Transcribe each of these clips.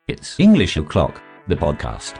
It's English O'Clock, the podcast.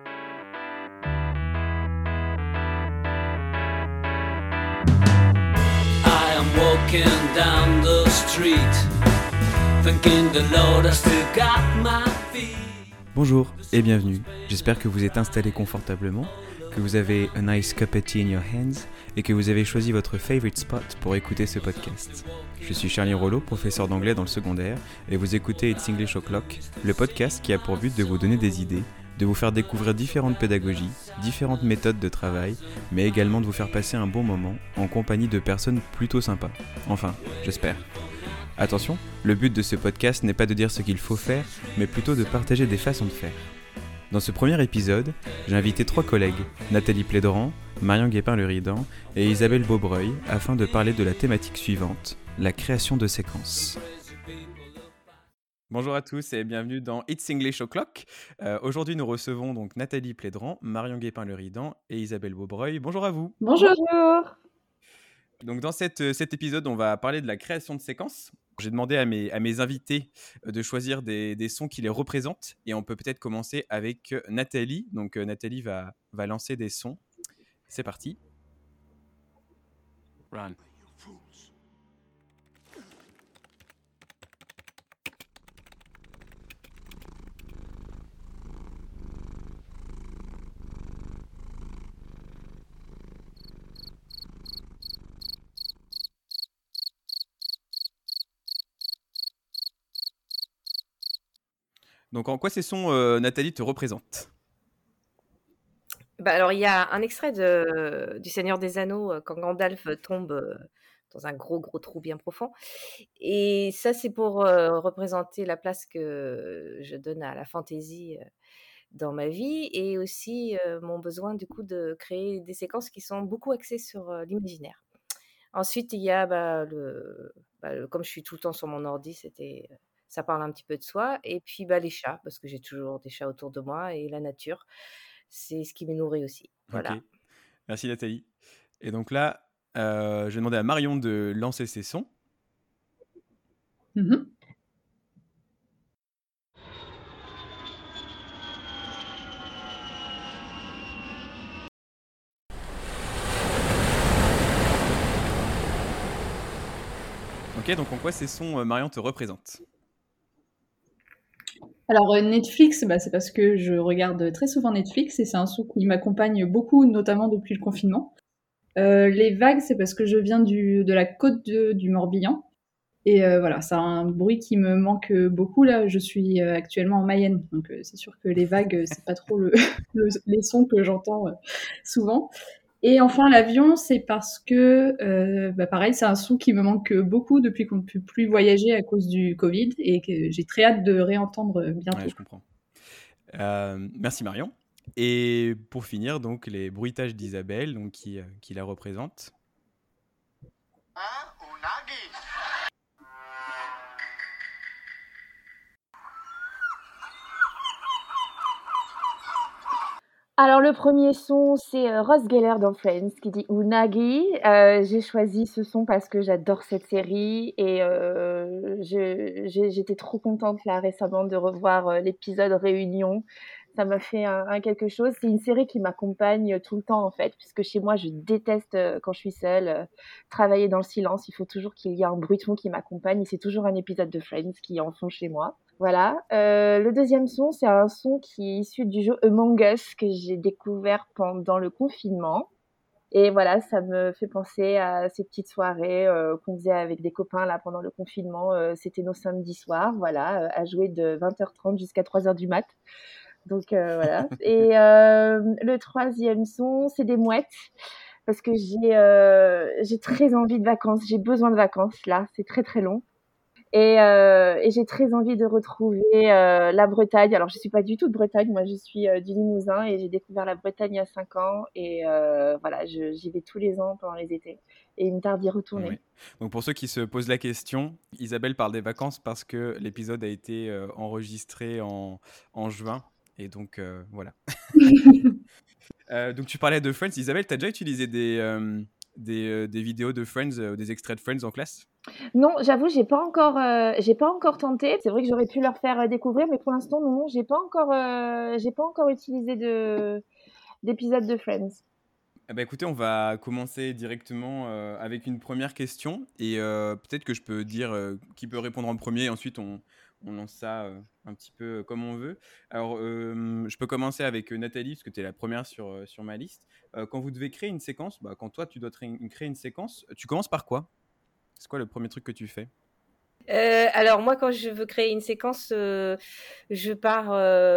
I am walking down the street, thanking the Lord I still got my feet. Bonjour et bienvenue, j'espère que vous êtes installés confortablement, que vous avez a nice cup of tea in your hands et que vous avez choisi votre favorite spot pour écouter ce podcast. Je suis Charlie Rollo, professeur d'anglais dans le secondaire et vous écoutez It's English O'Clock, le podcast qui a pour but de vous donner des idées, de vous faire découvrir différentes pédagogies, différentes méthodes de travail, mais également de vous faire passer un bon moment en compagnie de personnes plutôt sympas. Enfin, j'espère. Attention, le but de ce podcast n'est pas de dire ce qu'il faut faire, mais plutôt de partager des façons de faire. Dans ce premier épisode, j'ai invité 3 collègues, Nathalie Plédran, Marion Guépin-Le-Ridan et Isabelle Beaubreuil, afin de parler de la thématique suivante, la création de séquences. Bonjour à tous et bienvenue dans It's English O'Clock. Aujourd'hui, nous recevons donc Nathalie Plédran, Marion Guépin-Le-Ridan et Isabelle Beaubreuil. Bonjour à vous. Bonjour. Donc dans cet épisode, on va parler de la création de séquences. J'ai demandé à mes invités de choisir des sons qui les représentent et on peut peut-être commencer avec Nathalie. Donc Nathalie va lancer des sons. C'est parti. Run. Donc en quoi ces sons, Nathalie, te représentent ? Alors, il y a un extrait du Seigneur des Anneaux quand Gandalf tombe dans un gros trou bien profond. Et ça, c'est pour représenter la place que je donne à la fantaisie dans ma vie et aussi mon besoin du coup de créer des séquences qui sont beaucoup axées sur l'imaginaire. Ensuite, il y a comme je suis tout le temps sur mon ordi, ça parle un petit peu de soi. Et puis les chats, parce que j'ai toujours des chats autour de moi, et la nature, c'est ce qui me nourrit aussi. Voilà. Ok, merci Nathalie. Et donc là, je vais demander à Marion de lancer ses sons. Mhm. Ok, donc en quoi ces sons, Marion, te représentent ? Alors Netflix, c'est parce que je regarde très souvent Netflix et c'est un son qui m'accompagne beaucoup, notamment depuis le confinement. Les vagues, c'est parce que je viens de la côte du Morbihan. Et voilà, c'est un bruit qui me manque beaucoup. Là, je suis actuellement en Mayenne, donc c'est sûr que les vagues, c'est pas trop les sons que j'entends souvent. Et enfin, l'avion, c'est parce que, pareil, c'est un son qui me manque beaucoup depuis qu'on ne peut plus voyager à cause du Covid et que j'ai très hâte de réentendre bientôt. Ouais, je comprends. Merci Marion. Et pour finir, donc les bruitages d'Isabelle, donc qui la représentent. Alors le premier son, c'est Ross Geller dans Friends qui dit Unagi. J'ai choisi ce son parce que j'adore cette série et j'étais trop contente là récemment de revoir l'épisode Réunion. Ça m'a fait un quelque chose. C'est une série qui m'accompagne tout le temps en fait, puisque chez moi je déteste quand je suis seule travailler dans le silence. Il faut toujours qu'il y ait un bruit de fond qui m'accompagne et c'est toujours un épisode de Friends qui est en fond chez moi. Voilà. Le deuxième son, c'est un son qui est issu du jeu Among Us que j'ai découvert pendant le confinement. Et voilà, ça me fait penser à ces petites soirées qu'on faisait avec des copains là pendant le confinement. C'était nos samedis soirs, voilà, à jouer de 20h30 jusqu'à 3h du mat. Donc voilà. Et le troisième son, c'est des mouettes. Parce que j'ai très envie de vacances. J'ai besoin de vacances là. C'est très très long. Et j'ai très envie de retrouver la Bretagne. Alors, je suis pas du tout de Bretagne. Moi, je suis du Limousin et j'ai découvert la Bretagne il y a 5 ans. Et voilà, j'y vais tous les ans pendant les étés. Et il me tarde d'y retourner. Oui. Donc pour ceux qui se posent la question, Isabelle parle des vacances parce que l'épisode a été enregistré en juin. Et donc voilà. Donc tu parlais de Friends. Isabelle, tu as déjà utilisé des vidéos de Friends, des extraits de Friends en classe? Non, j'avoue, j'ai pas encore tenté. C'est vrai que j'aurais pu leur faire découvrir, mais pour l'instant, non, j'ai pas encore utilisé d'épisode de Friends. Eh ben, écoutez, on va commencer directement avec une première question et peut-être que je peux dire qui peut répondre en premier et ensuite on lance ça un petit peu comme on veut. Alors, je peux commencer avec Nathalie parce que tu es la première sur ma liste. Quand vous devez créer une séquence, quand toi tu dois créer une séquence, tu commences par quoi? C'est quoi le premier truc que tu fais? Alors moi, quand je veux créer une séquence, je pars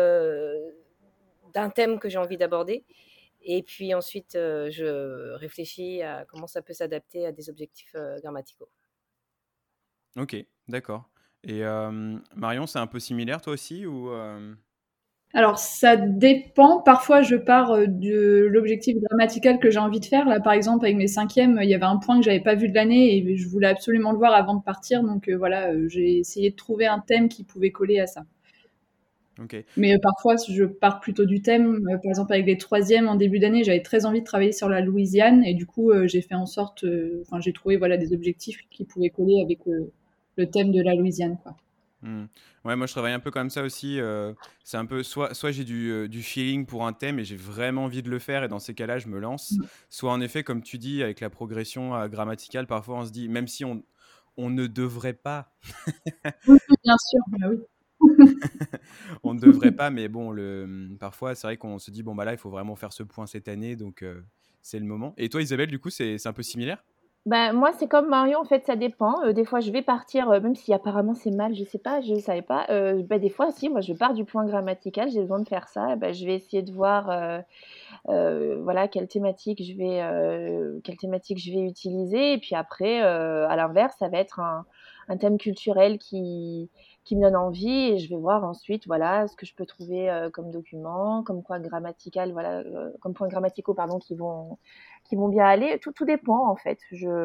d'un thème que j'ai envie d'aborder. Et puis ensuite, je réfléchis à comment ça peut s'adapter à des objectifs grammaticaux. Ok, d'accord. Et Marion, c'est un peu similaire toi aussi ou Alors, ça dépend. Parfois, je pars de l'objectif grammatical que j'ai envie de faire. Là, par exemple, avec mes cinquièmes, il y avait un point que j'avais pas vu de l'année et je voulais absolument le voir avant de partir. Donc voilà, j'ai essayé de trouver un thème qui pouvait coller à ça. Ok. Mais parfois, je pars plutôt du thème. Par exemple, avec les troisièmes en début d'année, j'avais très envie de travailler sur la Louisiane et du coup, j'ai fait en sorte, enfin, j'ai trouvé voilà des objectifs qui pouvaient coller avec le thème de la Louisiane, quoi. Ouais, moi je travaille un peu comme ça aussi. C'est un peu soit j'ai du feeling pour un thème et j'ai vraiment envie de le faire et dans ces cas-là je me lance. Soit en effet, comme tu dis, avec la progression grammaticale, parfois on se dit, même si on ne devrait pas, Oui, oui, bien sûr, bah oui. on ne devrait pas, mais bon, parfois c'est vrai qu'on se dit, bon bah là il faut vraiment faire ce point cette année, donc c'est le moment. Et toi Isabelle, du coup c'est un peu similaire? Ben, moi, c'est comme Marion, en fait, ça dépend. Des fois, je vais partir, même si apparemment c'est mal, je sais pas, je savais pas. Bah, des fois aussi, moi, je pars du point grammatical, j'ai besoin de faire ça. Bah, je vais essayer de voir, voilà, quelle thématique je vais utiliser. Et puis après, à l'inverse, ça va être un thème culturel qui me donne envie. Et je vais voir ensuite, voilà, ce que je peux trouver comme document, comme quoi grammatical, voilà, comme points grammaticaux, pardon, qui vont bien aller. Tout dépend en fait.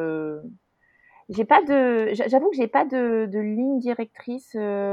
J'avoue que j'ai pas de ligne directrice.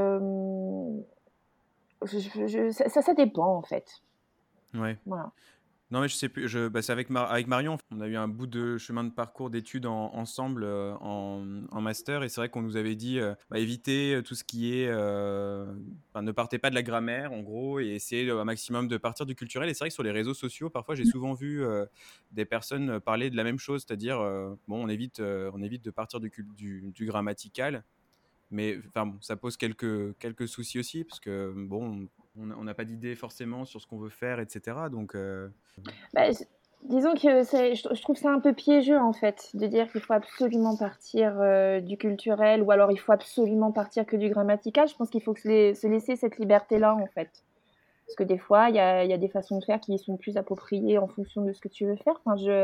Ça dépend en fait. Ouais. Voilà. Non, mais je sais plus. C'est avec Marion. On a eu un bout de chemin de parcours d'études ensemble en master. Et c'est vrai qu'on nous avait dit évitez tout ce qui est. Ne partez pas de la grammaire, en gros, et essayez un maximum de partir du culturel. Et c'est vrai que sur les réseaux sociaux, parfois, j'ai souvent vu des personnes parler de la même chose. C'est-à-dire, on évite de partir du grammatical. Mais bon, ça pose quelques soucis aussi, parce que bon, on n'a pas d'idée forcément sur ce qu'on veut faire, etc. Donc. Bah, disons que je trouve ça un peu piégeux en fait, de dire qu'il faut absolument partir du culturel ou alors il faut absolument partir que du grammatical. Je pense qu'il faut se laisser cette liberté-là en fait. Parce que des fois, il y a des façons de faire qui sont plus appropriées en fonction de ce que tu veux faire.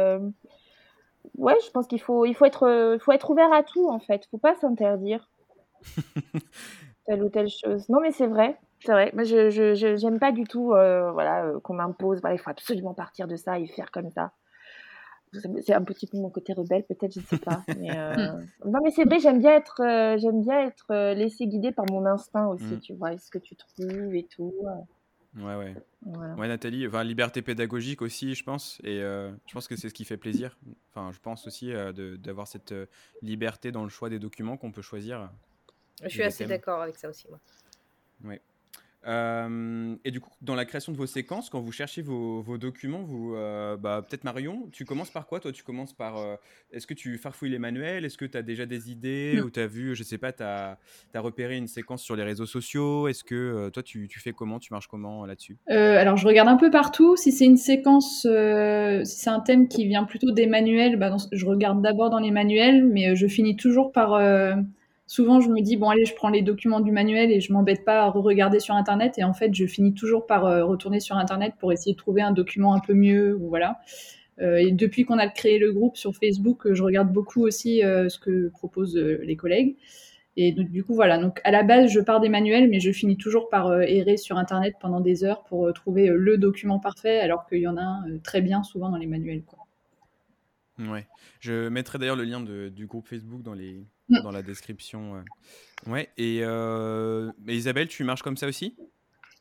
Ouais, je pense faut être ouvert à tout en fait. Faut pas s'interdire telle ou telle chose. Non, mais c'est vrai. C'est vrai. Moi, j'aime pas du tout, voilà, qu'on m'impose. Voilà, il faut absolument partir de ça et faire comme ça. C'est un petit peu mon côté rebelle, peut-être, je ne sais pas. Mais non, mais c'est vrai, j'aime bien être laissée guider par mon instinct aussi, tu vois, ce que tu trouves et tout. Ouais. Voilà. Ouais, Nathalie, liberté pédagogique aussi, je pense. Et je pense que c'est ce qui fait plaisir. Enfin, je pense aussi d'avoir cette liberté dans le choix des documents qu'on peut choisir. Je suis assez d'accord avec ça aussi, moi. Ouais. Et du coup, dans la création de vos séquences, quand vous cherchez vos documents, peut-être Marion, tu commences par quoi? Toi, tu commences par... est-ce que tu farfouilles les manuels? Est-ce que tu as déjà des idées? Ou tu as vu, je sais pas, tu as repéré une séquence sur les réseaux sociaux? Est-ce que toi, tu fais comment? Tu marches comment là-dessus? Alors, je regarde un peu partout. Si c'est une séquence, si c'est un thème qui vient plutôt des manuels, je regarde d'abord dans les manuels, mais je finis toujours par... souvent, je me dis, bon, allez, je prends les documents du manuel et je m'embête pas à regarder sur Internet. Et en fait, je finis toujours par retourner sur Internet pour essayer de trouver un document un peu mieux, ou voilà. Et depuis qu'on a créé le groupe sur Facebook, je regarde beaucoup aussi ce que proposent les collègues. Et donc, du coup, voilà. Donc, à la base, je pars des manuels, mais je finis toujours par errer sur Internet pendant des heures pour trouver le document parfait, alors qu'il y en a un très bien souvent dans les manuels, quoi. Ouais. Je mettrai d'ailleurs le lien du groupe Facebook dans la description. Ouais. Et Isabelle, tu marches comme ça aussi?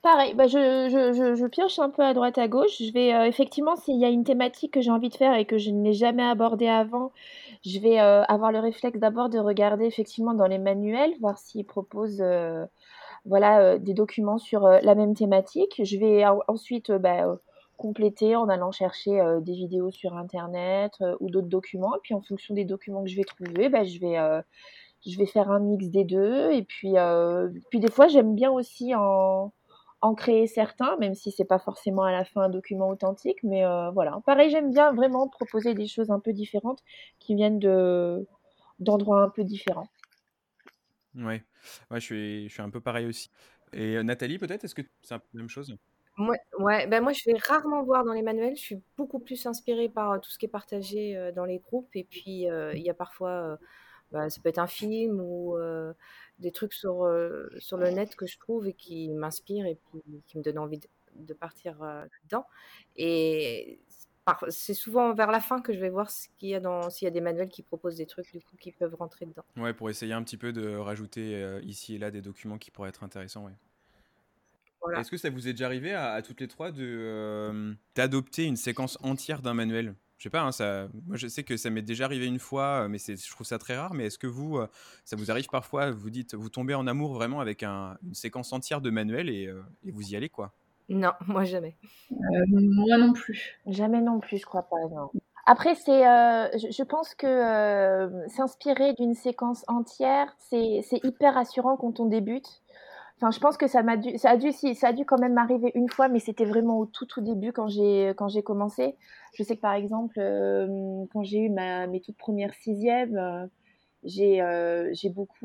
Pareil, bah, je pioche un peu à droite à gauche. Je vais, effectivement, s'il y a une thématique que j'ai envie de faire et que je n'ai jamais abordée avant, je vais, avoir le réflexe d'abord de regarder effectivement dans les manuels, voir s'ils proposent, voilà, des documents sur, la même thématique. Je vais ensuite, compléter en allant chercher, des vidéos sur internet, ou d'autres documents et puis en fonction des documents que je vais trouver, bah, je vais faire un mix des 2 et puis des fois j'aime bien aussi en créer certains, même si c'est pas forcément à la fin un document authentique, mais voilà. Pareil, j'aime bien vraiment proposer des choses un peu différentes qui viennent d'endroits un peu différents. Ouais, ouais, je suis un peu pareil aussi. Et Nathalie, peut-être, est-ce que c'est un peu la même chose? Ouais, ben moi je vais rarement voir dans les manuels, je suis beaucoup plus inspirée par tout ce qui est partagé dans les groupes. Et puis il y a parfois, ça peut être un film ou des trucs sur le net que je trouve et qui m'inspirent et puis qui me donnent envie de partir dedans. Et c'est souvent vers la fin que je vais voir ce qu'il y a s'il y a des manuels qui proposent des trucs du coup qui peuvent rentrer dedans. Ouais, pour essayer un petit peu de rajouter ici et là des documents qui pourraient être intéressants, ouais. Voilà. Est-ce que ça vous est déjà arrivé à toutes les trois d'adopter une séquence entière d'un manuel? Je sais pas, hein, moi je sais que ça m'est déjà arrivé une fois, mais je trouve ça très rare. Mais est-ce que ça vous arrive parfois, vous tombez en amour vraiment avec une séquence entière de manuel et vous y allez, quoi? Non, moi jamais. Moi non plus. Jamais non plus, je crois pas, non. Après c'est, je pense que, s'inspirer d'une séquence entière, c'est hyper rassurant quand on débute. Enfin, je pense que ça a dû quand même m'arriver une fois, mais c'était vraiment au tout début quand j'ai commencé. Je sais que par exemple, quand j'ai eu mes toutes premières sixièmes, j'ai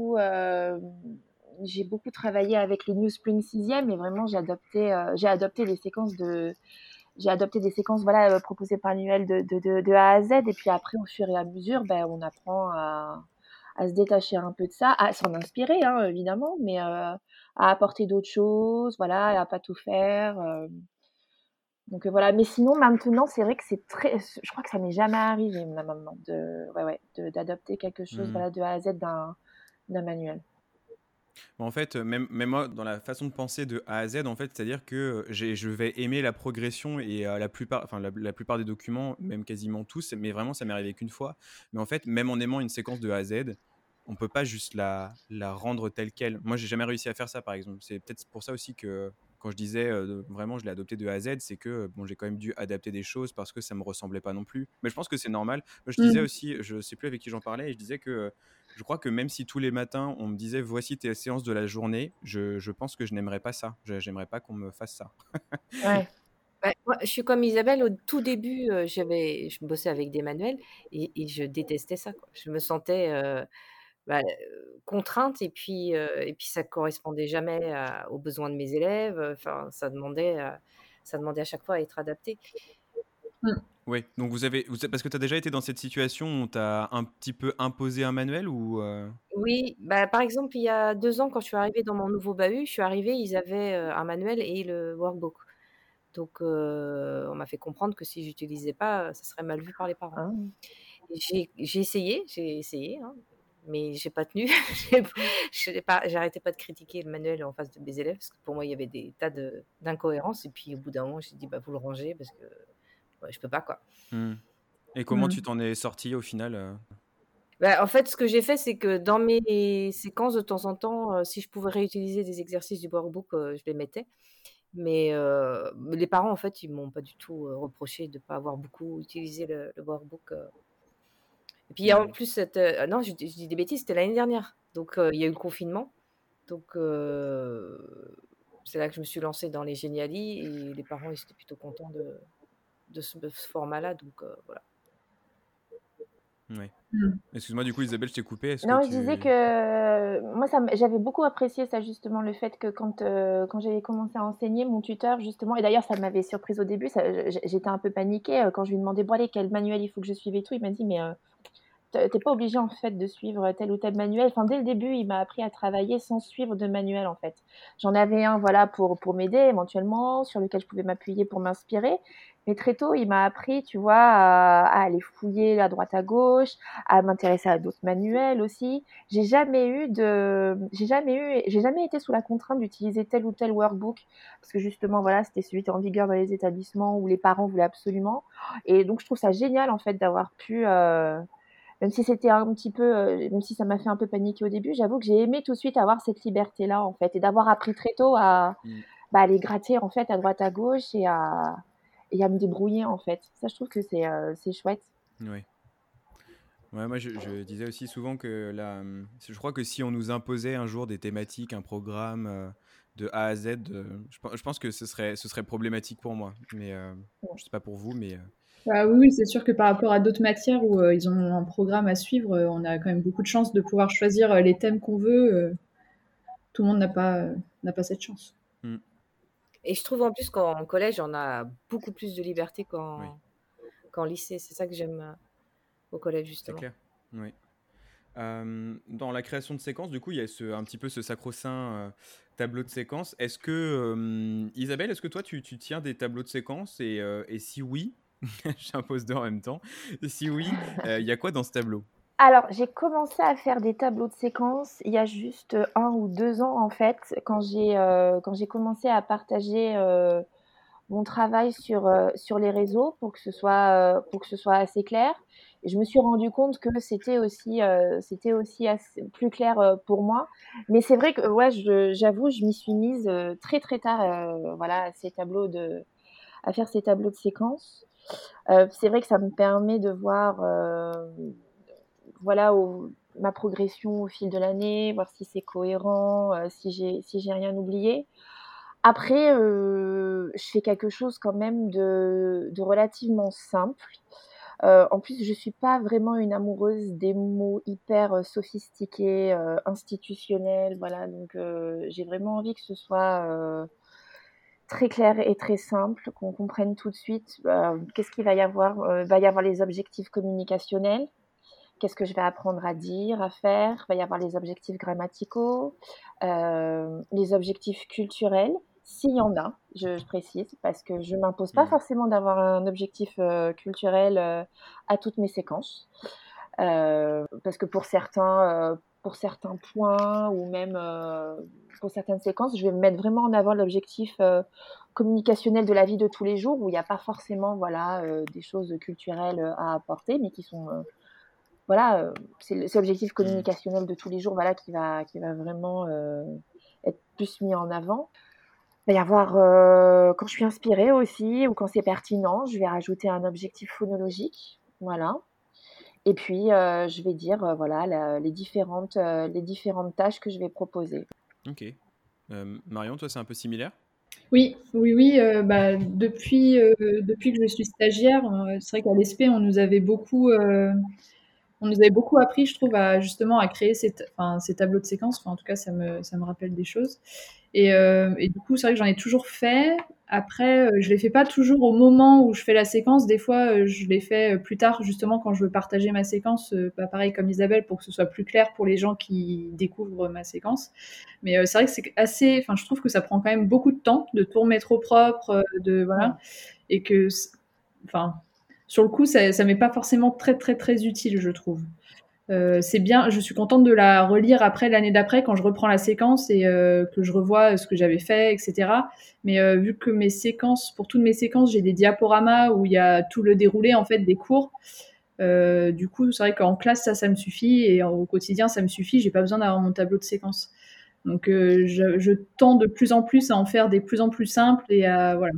beaucoup travaillé avec le New Spring sixième et vraiment j'ai adopté des séquences voilà, proposées par Nuel de A à Z. Et puis après, au fur et à mesure, ben, on apprend à se détacher un peu de ça, à s'en inspirer, hein, évidemment, mais à apporter d'autres choses, voilà, à pas tout faire. Donc voilà. Mais sinon, maintenant, c'est vrai que c'est très. Je crois que ça m'est jamais arrivé là maintenant d'adopter quelque chose Hmm. voilà, de A à Z d'un manuel. En fait, même moi, dans la façon de penser de A à Z, en fait, c'est-à-dire que je vais aimer la progression et la plupart des documents, même quasiment tous, mais vraiment, ça m'est arrivé qu'une fois. Mais en fait, même en aimant une séquence de A à Z, on peut pas juste la rendre telle quelle. Moi, j'ai jamais réussi à faire ça, par exemple. C'est peut-être pour ça aussi que quand je disais vraiment je l'ai adopté de A à Z, c'est que bon, j'ai quand même dû adapter des choses parce que ça me ressemblait pas non plus. Mais je pense que c'est normal. Je disais aussi, je sais plus avec qui j'en parlais, et je disais que je crois que même si tous les matins on me disait voici tes séances de la journée, je pense que je n'aimerais pas ça. J'aimerais pas qu'on me fasse ça. Ouais. Moi, je suis comme Isabelle, au tout début, je bossais avec des manuels et je détestais ça, quoi. Je me sentais contrainte et puis ça correspondait jamais aux besoins de mes élèves. Enfin, ça demandait à chaque fois à être adapté. Oui, donc parce que tu as déjà été dans cette situation où on t'a un petit peu imposé un manuel ou Oui, par exemple, il y a 2 ans, quand je suis arrivée dans mon nouveau bahut, je suis arrivée, ils avaient un manuel et le workbook. Donc, on m'a fait comprendre que si j'utilisais pas, ça serait mal vu par les parents. Ah. Et j'ai essayé, hein, mais j'ai pas tenu. J'arrêtais pas de critiquer le manuel en face de mes élèves parce que pour moi, il y avait des tas d'incohérences. Et puis, au bout d'un moment, j'ai dit: «Vous le rangez parce que ouais, je peux pas, quoi». Hmm. Et comment tu t'en es sorti au final? En fait, ce que j'ai fait, c'est que dans mes séquences, de temps en temps, si je pouvais réutiliser des exercices du workbook, je les mettais. Mais les parents, en fait, ils m'ont pas du tout reproché de pas avoir beaucoup utilisé le workbook. Et puis en plus, non, je dis des bêtises, c'était l'année dernière. Donc il y a eu le confinement. Donc c'est là que je me suis lancée dans les Geniali et les parents, ils étaient plutôt contents de ce format-là. Donc voilà. Ouais. Mm. Excuse-moi, du coup, Isabelle, je t'ai coupé. Est-ce que Non, je disais que moi, j'avais beaucoup apprécié ça justement, le fait que quand j'avais commencé à enseigner, mon tuteur justement, et d'ailleurs ça m'avait surprise au début, j'étais un peu paniquée quand je lui demandais bon allez quel manuel il faut que je suive et tout, il m'a dit mais t'es pas obligé en fait de suivre tel ou tel manuel. Enfin, dès le début, il m'a appris à travailler sans suivre de manuel en fait. J'en avais un voilà pour m'aider éventuellement, sur lequel je pouvais m'appuyer pour m'inspirer. Mais très tôt, il m'a appris, tu vois, à aller fouiller à droite à gauche, à m'intéresser à d'autres manuels aussi. J'ai jamais été sous la contrainte d'utiliser tel ou tel workbook parce que justement, voilà, c'était celui qui était en vigueur dans les établissements où les parents voulaient absolument. Et donc, je trouve ça génial en fait d'avoir pu même si c'était un petit peu, même si ça m'a fait un peu paniquer au début, j'avoue que j'ai aimé tout de suite avoir cette liberté-là, en fait, et d'avoir appris très tôt à, Mm. bah, aller gratter, en fait, à droite, à gauche et à me débrouiller, en fait. Ça, je trouve que c'est chouette. Ouais. Ouais, moi je disais aussi souvent que je crois que si on nous imposait un jour des thématiques, un programme de A à Z, je pense que ce serait problématique pour moi. Mais je sais pas pour vous, mais Bah, oui, oui, c'est sûr que par rapport à d'autres matières où ils ont un programme à suivre, on a quand même beaucoup de chance de pouvoir choisir les thèmes qu'on veut. Tout le monde n'a pas cette chance. mm, Et je trouve en plus qu'en collège, on a beaucoup plus de liberté oui, qu'en lycée. C'est ça que j'aime au collège, c'est justement. clair. Oui. Dans la création de séquences, du coup, il y a un petit peu ce sacro-saint tableau de séquences. Est-ce que, Isabelle, est-ce que toi, tu tiens des tableaux de séquences et si oui, j'impose deux en même temps, si oui, il y a quoi dans ce tableau? Alors, j'ai commencé à faire des tableaux de séquences il y a juste 1 ou 2 ans, en fait, quand j'ai commencé à partager, mon travail sur les réseaux pour que ce soit assez clair. Et je me suis rendu compte que c'était aussi plus clair pour moi. Mais c'est vrai que ouais, j'avoue, je m'y suis mise très très tard, voilà, à faire ces tableaux de séquences. C'est vrai que ça me permet de voir, voilà, ma progression au fil de l'année, voir si c'est cohérent, si j'ai rien oublié. Après, je fais quelque chose quand même de relativement simple. En plus, je suis pas vraiment une amoureuse des mots hyper, sophistiqués, institutionnels, voilà, donc j'ai vraiment envie que ce soit, très clair et très simple, qu'on comprenne tout de suite, qu'est-ce qu'il va y avoir? Il va y avoir les objectifs communicationnels. Qu'est-ce que je vais apprendre à dire, à faire? Il va y avoir les objectifs grammaticaux, les objectifs culturels, s'il y en a, je précise, parce que je m'impose pas Hmm. forcément d'avoir un objectif culturel à toutes mes séquences. Parce que pour certains points ou même pour certaines séquences, je vais mettre vraiment en avant l'objectif communicationnel de la vie de tous les jours, où il n'y a pas forcément voilà, des choses culturelles à apporter, mais qui sont voilà, c'est l'objectif Hmm. communicationnel de tous les jours, voilà, qui va vraiment être plus mis en avant. Il va y avoir, quand je suis inspirée aussi ou quand c'est pertinent, je vais rajouter un objectif phonologique, voilà. Et puis, je vais dire, voilà, les différentes tâches que je vais proposer. Ok. Marion, toi, c'est un peu similaire? Oui, oui, oui. Bah, depuis que je suis stagiaire, c'est vrai qu'à l'ESP, on nous avait beaucoup appris, je trouve, à justement à créer ces tableaux de séquences. Enfin, en tout cas, ça me rappelle des choses. Et du coup, c'est vrai que j'en ai toujours fait. Après, je les fais pas toujours au moment où je fais la séquence. Des fois, je les fais plus tard, justement, quand je veux partager ma séquence. Pas pareil comme Isabelle, pour que ce soit plus clair pour les gens qui découvrent ma séquence. Mais c'est vrai que c'est assez. Enfin, je trouve que ça prend quand même beaucoup de temps de tout remettre au propre, Mmh. voilà, et que, enfin, sur le coup, ça m'est pas forcément très très très utile, je trouve. C'est bien, je suis contente de la relire après l'année d'après quand je reprends la séquence et que je revois ce que j'avais fait, etc. Mais vu que pour toutes mes séquences, j'ai des diaporamas où il y a tout le déroulé en fait des cours. Du coup, c'est vrai qu'en classe, ça me suffit et au quotidien, ça me suffit. J'ai pas besoin d'avoir mon tableau de séquence. Donc, je tends de plus en plus à en faire des plus en plus simples et voilà,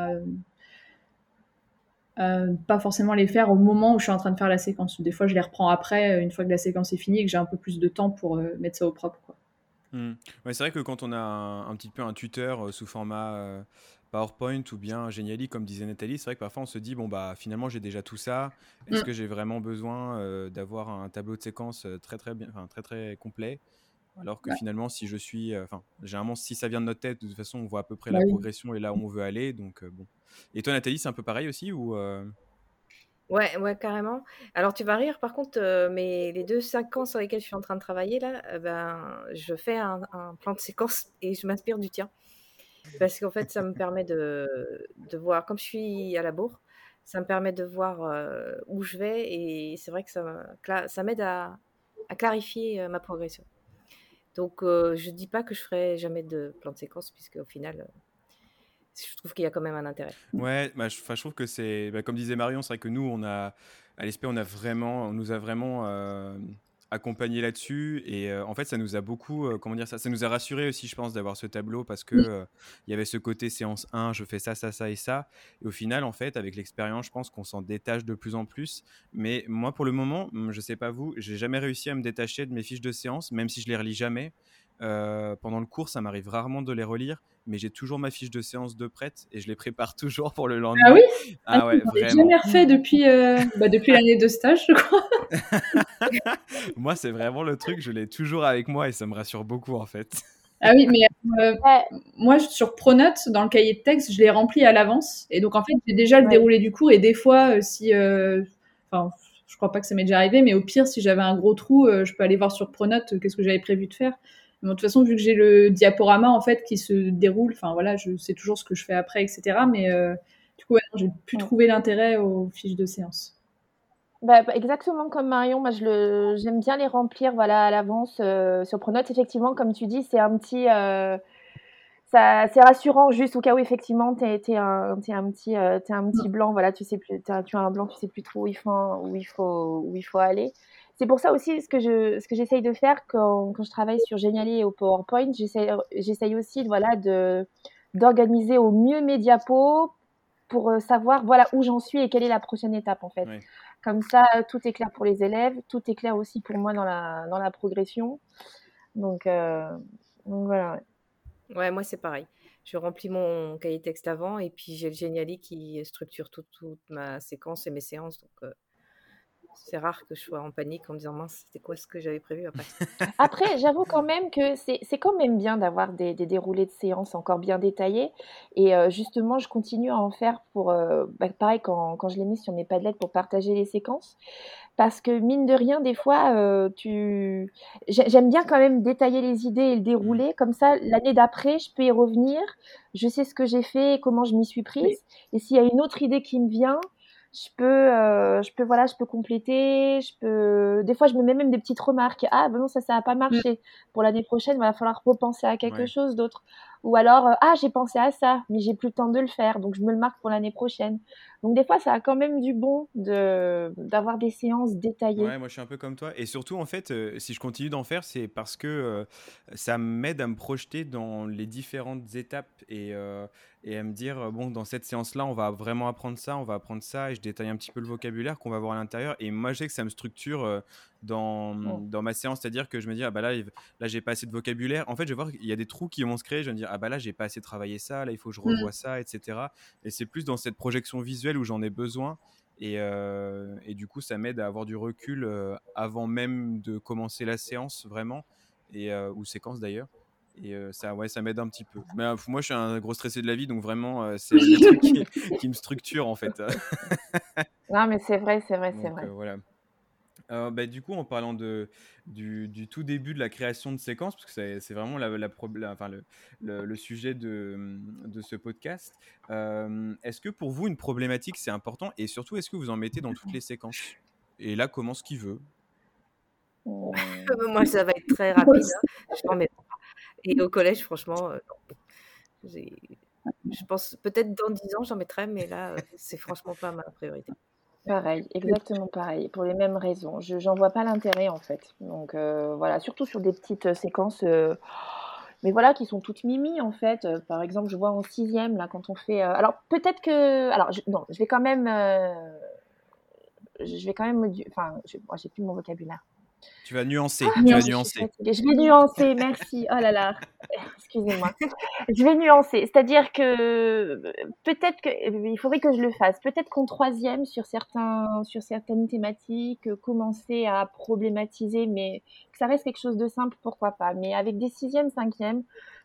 pas forcément les faire au moment où je suis en train de faire la séquence. Des fois, je les reprends après, une fois que la séquence est finie et que j'ai un peu plus de temps pour mettre ça au propre, quoi. Hmm. Ouais, c'est vrai que quand on a un petit peu un tuteur sous format PowerPoint ou bien Geniali, comme disait Nathalie, c'est vrai que parfois on se dit, bon, bah finalement j'ai déjà tout ça. Est-ce Mm. que j'ai vraiment besoin d'avoir un tableau de séquence très très bien, enfin, très très complet? Alors que Ouais. finalement, si je suis, enfin, généralement, si ça vient de notre tête, de toute façon, on voit à peu près Bah la oui. progression et là où on veut aller. Donc bon. Et toi, Nathalie, c'est un peu pareil aussi ou Ouais, ouais, carrément. Alors tu vas rire, par contre, mais les 2 séquences sur lesquelles je suis en train de travailler là, ben, je fais un plan de séquence et je m'inspire du tien. Parce qu'en fait, ça me permet de voir comme je suis à la bourre, ça me permet de voir, où je vais et c'est vrai que ça m'aide à clarifier, ma progression. Donc je dis pas que je ferai jamais de plan de séquence puisqu'au final, je trouve qu'il y a quand même un intérêt. Ouais, bah, je trouve que c'est, bah, comme disait Marion, c'est vrai que nous, à l'ESP, on nous a vraiment accompagnés là-dessus. Et en fait, ça nous a beaucoup, comment dire ça, ça nous a rassurés aussi, je pense, d'avoir ce tableau parce que Oui. il y avait ce côté séance 1, je fais ça, ça, ça et ça. Et au final, en fait, avec l'expérience, je pense qu'on s'en détache de plus en plus. Mais moi, pour le moment, je sais pas vous, j'ai jamais réussi à me détacher de mes fiches de séance, même si je les relis jamais. Pendant le cours, ça m'arrive rarement de les relire, mais j'ai toujours ma fiche de séance de prête et je les prépare toujours pour le Ah oui? lendemain. Ah Ah non, ouais, j'en ai jamais vraiment. refait depuis l'année de stage, je crois. Moi, c'est vraiment le truc, je l'ai toujours avec moi et ça me rassure beaucoup en fait. Ah oui, mais Ouais, moi, sur Pronote, dans le cahier de texte, je l'ai rempli à l'avance. Et donc, en fait, j'ai déjà le ouais. déroulé du cours. Et des fois, enfin, je crois pas que ça m'est déjà arrivé, mais au pire, si j'avais un gros trou, je peux aller voir sur Pronote qu'est-ce que j'avais prévu de faire. Mais bon, de toute façon, vu que j'ai le diaporama, en fait, qui se déroule, enfin, voilà, je sais toujours ce que je fais après, etc. Mais du coup, ouais, non, j'ai pu Mm. trouver l'intérêt aux fiches de séance. Bah, exactement comme Marion, moi j'aime bien les remplir voilà, à l'avance sur Pronote. Effectivement, comme tu dis, c'est un petit, c'est rassurant juste au cas où effectivement t'es un petit blanc, voilà, tu sais plus, tu as un blanc, tu sais plus trop où il faut aller. C'est pour ça aussi ce que j'essaye de faire quand je travaille sur Geniali et au PowerPoint, j'essaye aussi voilà, d'organiser au mieux mes diapos pour savoir voilà où j'en suis et quelle est la prochaine étape en fait. Ouais. Comme ça, tout est clair pour les élèves, tout est clair aussi pour moi dans la progression. Donc, euh, donc voilà. Ouais. Ouais, moi c'est pareil. Je remplis mon cahier de texte avant et puis j'ai le Geniali qui structure toute ma séquence et mes séances. Donc c'est rare que je sois en panique en me disant mince, c'était quoi ce que j'avais prévu après. Après, j'avoue quand même que c'est quand même bien d'avoir des déroulés de séances encore bien détaillés. Et justement, je continue à en faire pour, pareil, quand je les mets sur mes Padlet pour partager les séquences. Parce que mine de rien, des fois, j'aime bien quand même détailler les idées et le Mm. dérouler. Comme ça, l'année d'après, je peux y revenir. Je sais ce que j'ai fait et comment je m'y suis Oui. prise. Et s'il y a une autre idée qui me vient, voilà, je peux compléter. Des fois, je me mets même des petites remarques. Ah, ben non, ça a pas Mm. marché. Pour l'année prochaine, il va falloir repenser à quelque Ouais. chose d'autre. Ou alors, ah, j'ai pensé à ça, mais j'ai plus le temps de le faire, donc je me le marque pour l'année prochaine. Donc des fois, ça a quand même du bon d'avoir des séances détaillées. Ouais, moi je suis un peu comme toi. Et surtout, en fait, si je continue d'en faire, c'est parce que ça m'aide à me projeter dans les différentes étapes et à me dire, bon, dans cette séance-là, on va vraiment apprendre ça, on va apprendre ça, et je détaille un petit peu le vocabulaire qu'on va voir à l'intérieur. Et moi, je sais que ça me structure Mm. dans ma séance, c'est-à-dire que je me dis, ah bah là, j'ai pas assez de vocabulaire. En fait, je vais voir qu'il y a des trous qui vont se créer, je vais me dire, ah bah là, j'ai pas assez travaillé ça, là, il faut que je revoie Mm. ça, etc. Et c'est plus dans cette projection visuelle où j'en ai besoin. Et du coup, ça m'aide à avoir du recul avant même de commencer la séance, vraiment, ou séquence d'ailleurs. Et ça, ouais, ça m'aide un petit peu. Mais moi, je suis un gros stressé de la vie, donc vraiment, c'est le truc qui me structure en fait. Non, mais c'est vrai, c'est vrai, c'est Donc vrai. voilà. Bah, du coup, en parlant du tout début de la création de séquences, parce que c'est vraiment enfin, le sujet de ce podcast, est-ce que pour vous, une problématique, c'est important? Et surtout, est-ce que vous en mettez dans toutes les séquences? Et là, commence qui veut. Mm. Moi ça va être très rapide, hein. Je n'en mets pas. Et au collège, franchement, non. Je pense peut-être dans 10 ans, j'en mettrai, mais là, c'est franchement pas ma priorité. Pareil, exactement pareil, pour les mêmes raisons. J'en vois pas l'intérêt en fait. Donc voilà, surtout sur des petites séquences, mais voilà, qui sont toutes mimi en fait. Par exemple, je vois en sixième là quand on fait. Alors peut-être que, alors non, je vais quand même enfin, moi, j'ai plus mon vocabulaire. Tu vas nuancer, Ah tu vas mince, Nuance. je suis nuancer. fatiguée. Je vais nuancer, merci. Oh là là, excusez-moi. Je vais nuancer, c'est-à-dire que peut-être que il faudrait que je le fasse. Peut-être qu'en troisième, sur certaines thématiques, commencer à problématiser, mais que ça reste quelque chose de simple, pourquoi pas. Mais avec des sixièmes, cinquièmes,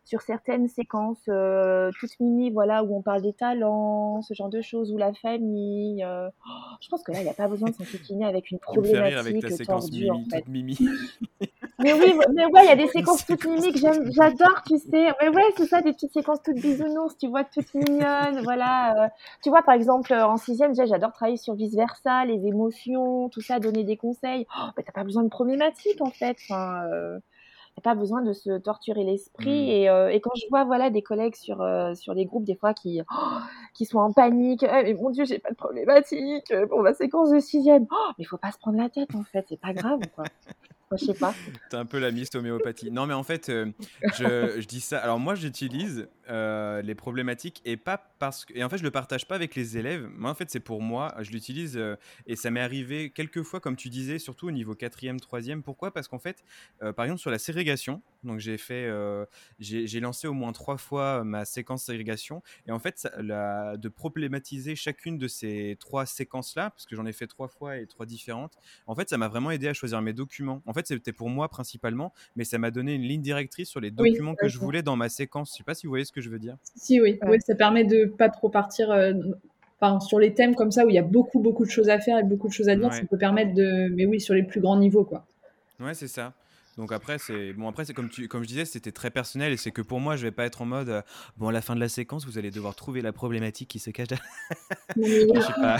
sur certaines séquences toutes mimi, voilà, où on parle des talents, ce genre de choses, ou la famille. Je pense que là, il n'y a pas besoin de s'enquiquiner avec une Tu me fais rire avec ta problématique séquence tordue, en Mimi, fait. toute Mimi. Mais oui, mais ouais, il y a des Une séquences toutes séquence mimiques, toute j'adore, tu sais. Mais ouais, c'est ça, des petites séquences toutes bisounours, tu vois, toutes mignonnes, voilà. Tu vois, par exemple, en sixième, déjà, j'adore travailler sur vice-versa, les émotions, tout ça, donner des conseils. Mais t'as pas besoin de problématiques, en fait. Enfin, t'as pas besoin de se torturer l'esprit. Et quand je vois, voilà, des collègues sur les groupes, des fois, qui sont en panique. Ah, mais mon Dieu, j'ai pas de problématique pour ma séquence de sixième. Mais faut pas se prendre la tête, en fait, c'est pas grave, quoi. Moi, je sais pas. T'es un peu la Miss Homéopathie. Non, mais en fait, je dis ça. Alors, moi, j'utilise les problématiques et pas parce que. Et en fait, je le partage pas avec les élèves. Moi, en fait, c'est pour moi. Je l'utilise et ça m'est arrivé quelques fois, comme tu disais, surtout au niveau 4e, 3e. Pourquoi? Parce qu'en fait, par exemple, sur la ségrégation, donc j'ai lancé au moins 3 fois ma séquence ségrégation. Et en fait, de problématiser chacune de ces 3 séquences-là, parce que j'en ai fait 3 fois et 3 différentes, en fait, ça m'a vraiment aidé à choisir mes documents. En fait, c'était pour moi principalement, mais ça m'a donné une ligne directrice sur les Oui, documents que je voulais dans ma séquence. Je sais pas si vous voyez ce que je veux dire. si, oui. Ouais. Ouais, ça permet de pas trop partir sur les thèmes comme ça où il y a beaucoup, beaucoup de choses à faire et beaucoup de choses à dire. Ça Ouais, peut permettre de. Mais oui, sur les plus grands niveaux, quoi. ouais, c'est ça. Donc après, c'est comme je disais, c'était très personnel et c'est que pour moi, je vais pas être en mode bon, à la fin de la séquence, vous allez devoir trouver la problématique qui se cache derrière. Non, mais Je sais pas.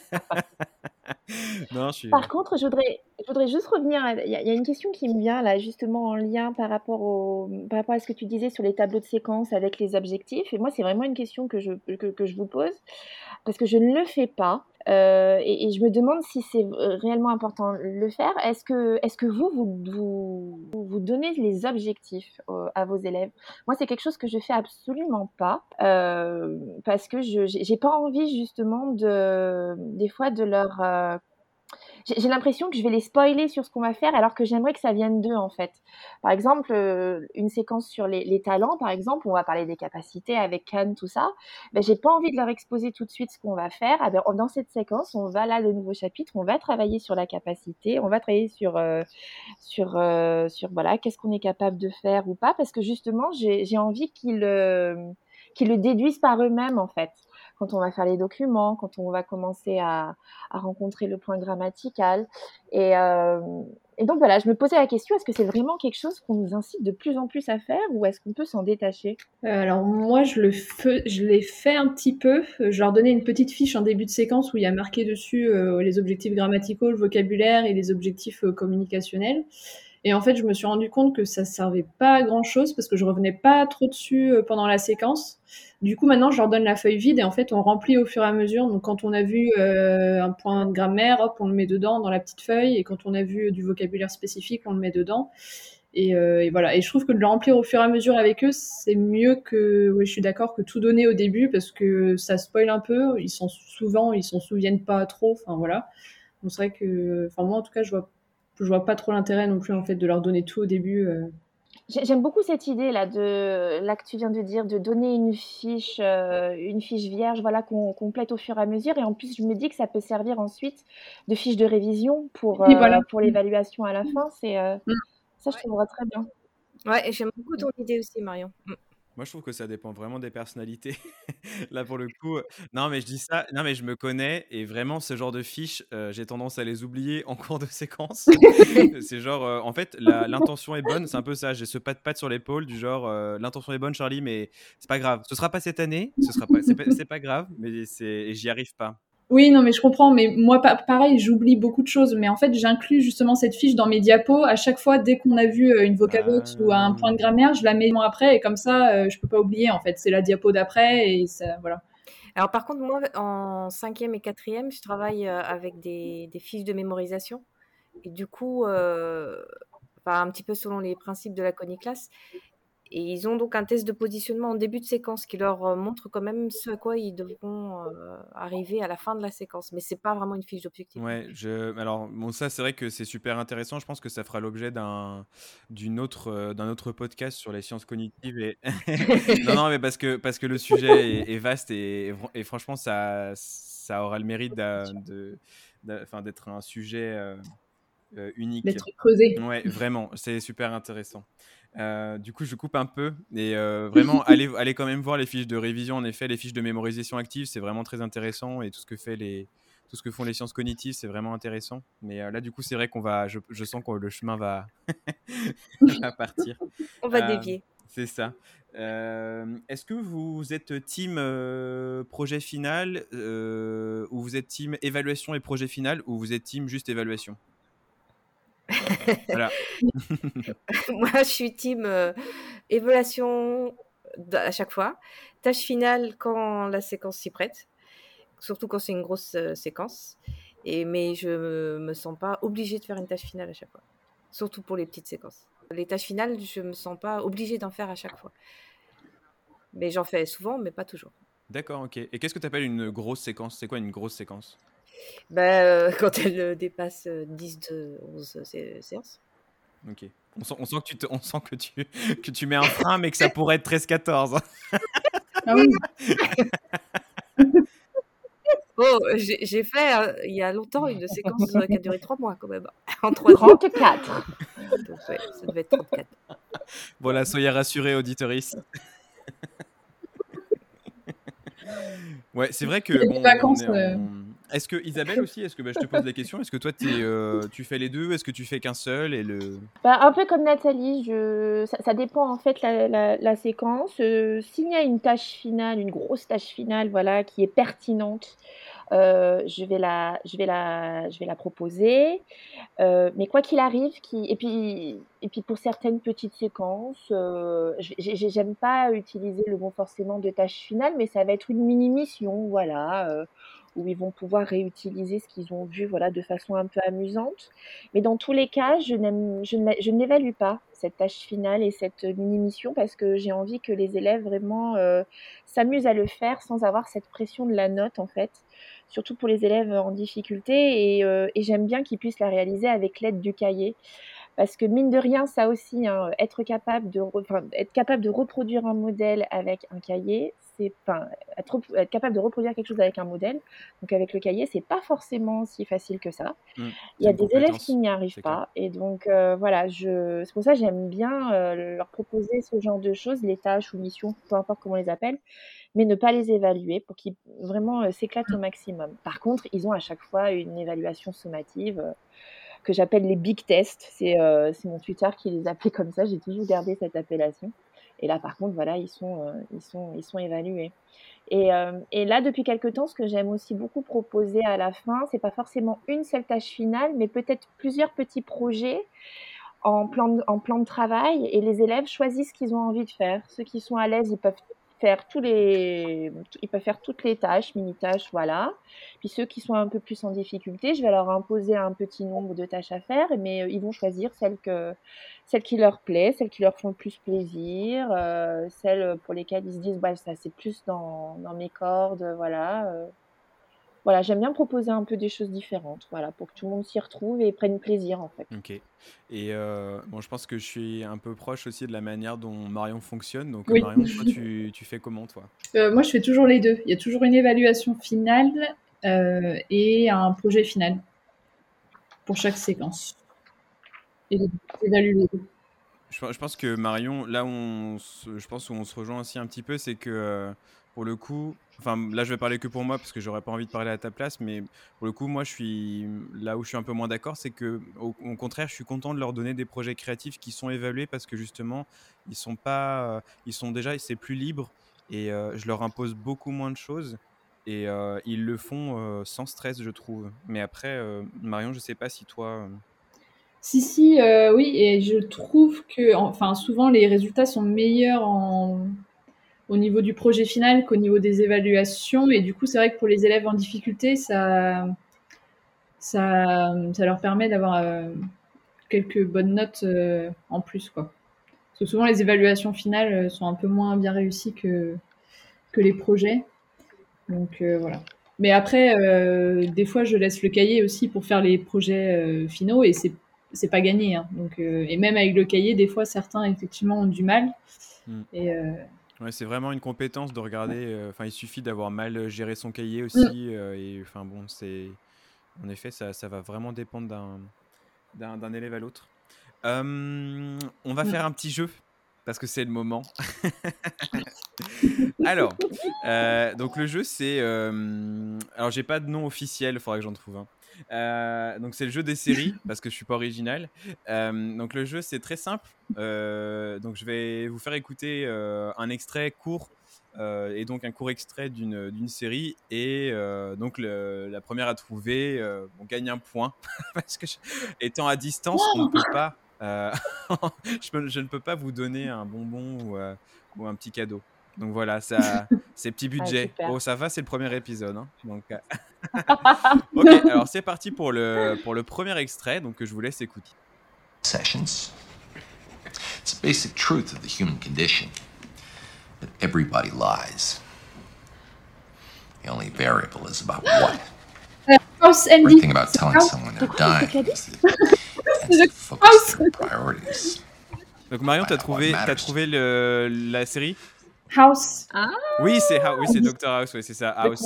Non, je suis. Par contre, je voudrais juste revenir. Il y a une question qui me vient là, justement en lien par rapport à ce que tu disais sur les tableaux de séquence avec les objectifs. Et moi, c'est vraiment une question que je vous pose parce que je ne le fais pas. Et je me demande si c'est réellement important de le faire. Est-ce que vous donnez les objectifs à vos élèves? Moi, c'est quelque chose que je fais absolument pas parce que j'ai pas envie justement des fois de leur j'ai l'impression que je vais les spoiler sur ce qu'on va faire alors que j'aimerais que ça vienne d'eux en fait. Par exemple, une séquence sur les talents, par exemple, on va parler des capacités avec Cannes, tout ça. Ben, j'ai pas envie de leur exposer tout de suite ce qu'on va faire. Ah ben, dans cette séquence, on va là, le nouveau chapitre, on va travailler sur la capacité, on va travailler sur voilà, qu'est-ce qu'on est capable de faire ou pas, parce que justement, j'ai envie qu'ils le déduisent par eux-mêmes en fait. Quand on va faire les documents, quand on va commencer à rencontrer le point grammatical. Et, euh, et donc voilà, je me posais la question, est-ce que c'est vraiment quelque chose qu'on nous incite de plus en plus à faire ou est-ce qu'on peut s'en détacher? Alors moi, je l'ai fait un petit peu. Je leur donnais une petite fiche en début de séquence où il y a marqué dessus les objectifs grammaticaux, le vocabulaire et les objectifs communicationnels. Et en fait, je me suis rendu compte que ça servait pas à grand chose parce que je revenais pas trop dessus pendant la séquence. Du coup, maintenant, je leur donne la feuille vide et en fait, on remplit au fur et à mesure. Donc, quand on a vu un point de grammaire, hop, on le met dedans dans la petite feuille. Et quand on a vu du vocabulaire spécifique, on le met dedans. Et voilà. Et je trouve que de le remplir au fur et à mesure avec eux, c'est mieux que, oui, je suis d'accord, que tout donner au début parce que ça spoil un peu. Ils s'en souviennent pas trop. Enfin, voilà. Donc, c'est vrai que, enfin, moi, en tout cas, je vois pas trop l'intérêt non plus en fait de leur donner tout au début. J'aime beaucoup cette idée là que tu viens de dire, de donner une fiche vierge, voilà, qu'on complète au fur et à mesure. Et en plus, je me dis que ça peut servir ensuite de fiche de révision Et voilà. pour l'évaluation à la fin. Mm. Ça, je trouverais très bien. Ouais, et j'aime beaucoup ton idée aussi, Marion. Moi, je trouve que ça dépend vraiment des personnalités. Là, pour le coup, non, mais je dis ça, non, mais je me connais et vraiment, ce genre de fiches, j'ai tendance à les oublier en cours de séquence. C'est genre, en fait, l'intention est bonne, c'est un peu ça. J'ai ce pas de patte sur l'épaule du genre, l'intention est bonne, Charlie, mais c'est pas grave. Ce sera pas cette année, c'est pas grave, mais et j'y arrive pas. Oui, non, mais je comprends. Mais moi, pareil, j'oublie beaucoup de choses. Mais en fait, j'inclus justement cette fiche dans mes diapos. À chaque fois, dès qu'on a vu une vocabulaire ou un point de grammaire, je la mets après. Et comme ça, je peux pas oublier, en fait. C'est la diapo d'après. Et ça, voilà. Alors par contre, moi, en 5e et 4e, je travaille avec des fiches de mémorisation. Et du coup, enfin, un petit peu selon les principes de la Coniclass. Et ils ont donc un test de positionnement en début de séquence qui leur montre quand même ce à quoi ils devront arriver à la fin de la séquence. Mais c'est pas vraiment une fiche d'objectif. Ouais, alors bon, ça c'est vrai que c'est super intéressant. Je pense que ça fera l'objet d'un autre podcast sur les sciences cognitives et non, mais parce que le sujet est vaste et franchement ça aura le mérite d'être un sujet unique. D'être creusé. Ouais, vraiment, c'est super intéressant. Du coup, je coupe un peu et vraiment, allez quand même voir les fiches de révision. En effet, les fiches de mémorisation active, c'est vraiment très intéressant et tout ce que font les sciences cognitives, c'est vraiment intéressant. Mais là, du coup, c'est vrai je sens que le chemin va, va partir. On va Euh, dévier. c'est ça. Est-ce que vous êtes team projet final ou vous êtes team évaluation et projet final ou vous êtes team juste évaluation? Voilà. Moi, je suis team évaluation à chaque fois. Tâche finale quand la séquence s'y prête, surtout quand c'est une grosse séquence. Mais je me sens pas obligée de faire une tâche finale à chaque fois, surtout pour les petites séquences. Les tâches finales, je me sens pas obligée d'en faire à chaque fois. Mais j'en fais souvent, mais pas toujours. D'accord, ok. Et qu'est-ce que tu appelles une grosse séquence? C'est quoi une grosse séquence? Quand elle dépasse 10 de 11 séances. Ok. On sent que tu mets un frein, mais que ça pourrait être 13-14. Ah oui. Oh, j'ai fait il y a longtemps une séquence qui a duré 3 mois quand même, en 3e. 34. Donc ouais, ça devait être 34. Voilà, soyez rassurés, auditeuristes. Ouais, c'est vrai que Il y a des bon, vacances. Est-ce que Isabelle aussi, je te pose la question, est-ce que toi tu fais les deux, est-ce que tu fais qu'un seul et le Bah, un peu comme Nathalie, ça dépend en fait la séquence. S'il y a une tâche finale, une grosse tâche finale, voilà, qui est pertinente, je vais la proposer. Mais quoi qu'il arrive, et puis pour certaines petites séquences, j'aime pas utiliser le mot forcément de tâche finale, mais ça va être une mini mission, voilà, où ils vont pouvoir réutiliser ce qu'ils ont vu, voilà, de façon un peu amusante. Mais dans tous les cas, je n'évalue pas cette tâche finale et cette mini mission parce que j'ai envie que les élèves vraiment s'amusent à le faire sans avoir cette pression de la note en fait. Surtout pour les élèves en difficulté et j'aime bien qu'ils puissent la réaliser avec l'aide du cahier. Parce que mine de rien, ça aussi, hein, être capable de reproduire un modèle avec un cahier, être capable de reproduire quelque chose avec un modèle, donc avec le cahier, c'est pas forcément si facile que ça. Il y c'est a une des élèves qui compétence, n'y arrivent c'est clair. pas et donc voilà, c'est pour ça que j'aime bien leur proposer ce genre de choses, les tâches ou missions, peu importe comment on les appelle, mais ne pas les évaluer pour qu'ils vraiment s'éclatent au maximum. Par contre, ils ont à chaque fois une évaluation sommative que j'appelle les big tests. C'est mon tuteur qui les appelait comme ça. J'ai toujours gardé cette appellation. Et là, par contre, voilà, ils sont évalués. Et là, depuis quelque temps, ce que j'aime aussi beaucoup proposer à la fin, c'est pas forcément une seule tâche finale, mais peut-être plusieurs petits projets en plan de travail et les élèves choisissent ce qu'ils ont envie de faire. Ceux qui sont à l'aise, ils peuvent faire toutes les tâches, mini-tâches, voilà. Puis ceux qui sont un peu plus en difficulté, je vais leur imposer un petit nombre de tâches à faire, mais ils vont choisir celles qui leur plaisent, celles qui leur font le plus plaisir, celles pour lesquelles ils se disent, bah, ça c'est plus dans mes cordes, voilà. Voilà, j'aime bien proposer un peu des choses différentes, voilà, pour que tout le monde s'y retrouve et prenne plaisir en fait. Ok. Et bon, je pense que je suis un peu proche aussi de la manière dont Marion fonctionne. Donc Oui. Marion, toi, tu fais comment, toi? Moi, je fais toujours les deux. Il y a toujours une évaluation finale et un projet final pour chaque séquence. Et j'évalue les deux. Je pense que Marion, là je pense où on se rejoint aussi un petit peu, c'est que pour le coup, enfin là je vais parler que pour moi parce que j'aurais pas envie de parler à ta place, mais pour le coup, moi je suis là où je suis un peu moins d'accord, c'est que au contraire, je suis content de leur donner des projets créatifs qui sont évalués parce que justement, ils sont pas, ils sont déjà, c'est plus libre et je leur impose beaucoup moins de choses et ils le font sans stress, je trouve. Mais après, Marion, je sais pas si toi. Si, oui, et je trouve que, enfin, souvent les résultats sont meilleurs au niveau du projet final qu'au niveau des évaluations. Et du coup, c'est vrai que pour les élèves en difficulté, ça leur permet d'avoir quelques bonnes notes en plus, quoi. Parce que souvent, les évaluations finales sont un peu moins bien réussies que les projets. Donc voilà. Mais après, des fois, je laisse le cahier aussi pour faire les projets finaux et c'est pas gagné. Hein. Donc, et même avec le cahier, des fois, certains effectivement ont du mal. Et Ouais, c'est vraiment une compétence de regarder. Enfin, il suffit d'avoir mal géré son cahier aussi. Et enfin bon, en effet, ça va vraiment dépendre d'un élève à l'autre. On va faire un petit jeu parce que c'est le moment. Alors, donc le jeu c'est alors j'ai pas de nom officiel, il faudra que j'en trouve un. Donc c'est le jeu des séries parce que je suis pas original. Donc le jeu c'est très simple. Donc je vais vous faire écouter un extrait court et donc un court extrait d'une série et donc la première à trouver on gagne un point parce que étant à distance on ne peut pas je ne peux pas vous donner un bonbon ou un petit cadeau. Donc voilà, ça, c'est petit budget. super. Oh, ça va, c'est le premier épisode. Hein. Donc, ok, alors c'est parti pour le premier extrait, donc que je vous laisse écouter. Sessions. It's a basic truth of the human condition that everybody lies. The only variable is about what. House Great Andy. thing about telling someone they're dying is that it tends to focus House. their priorities. Donc Marion, t'as What trouvé matters. la série? House. Oui, c'est Dr House, oui, c'est ça, House.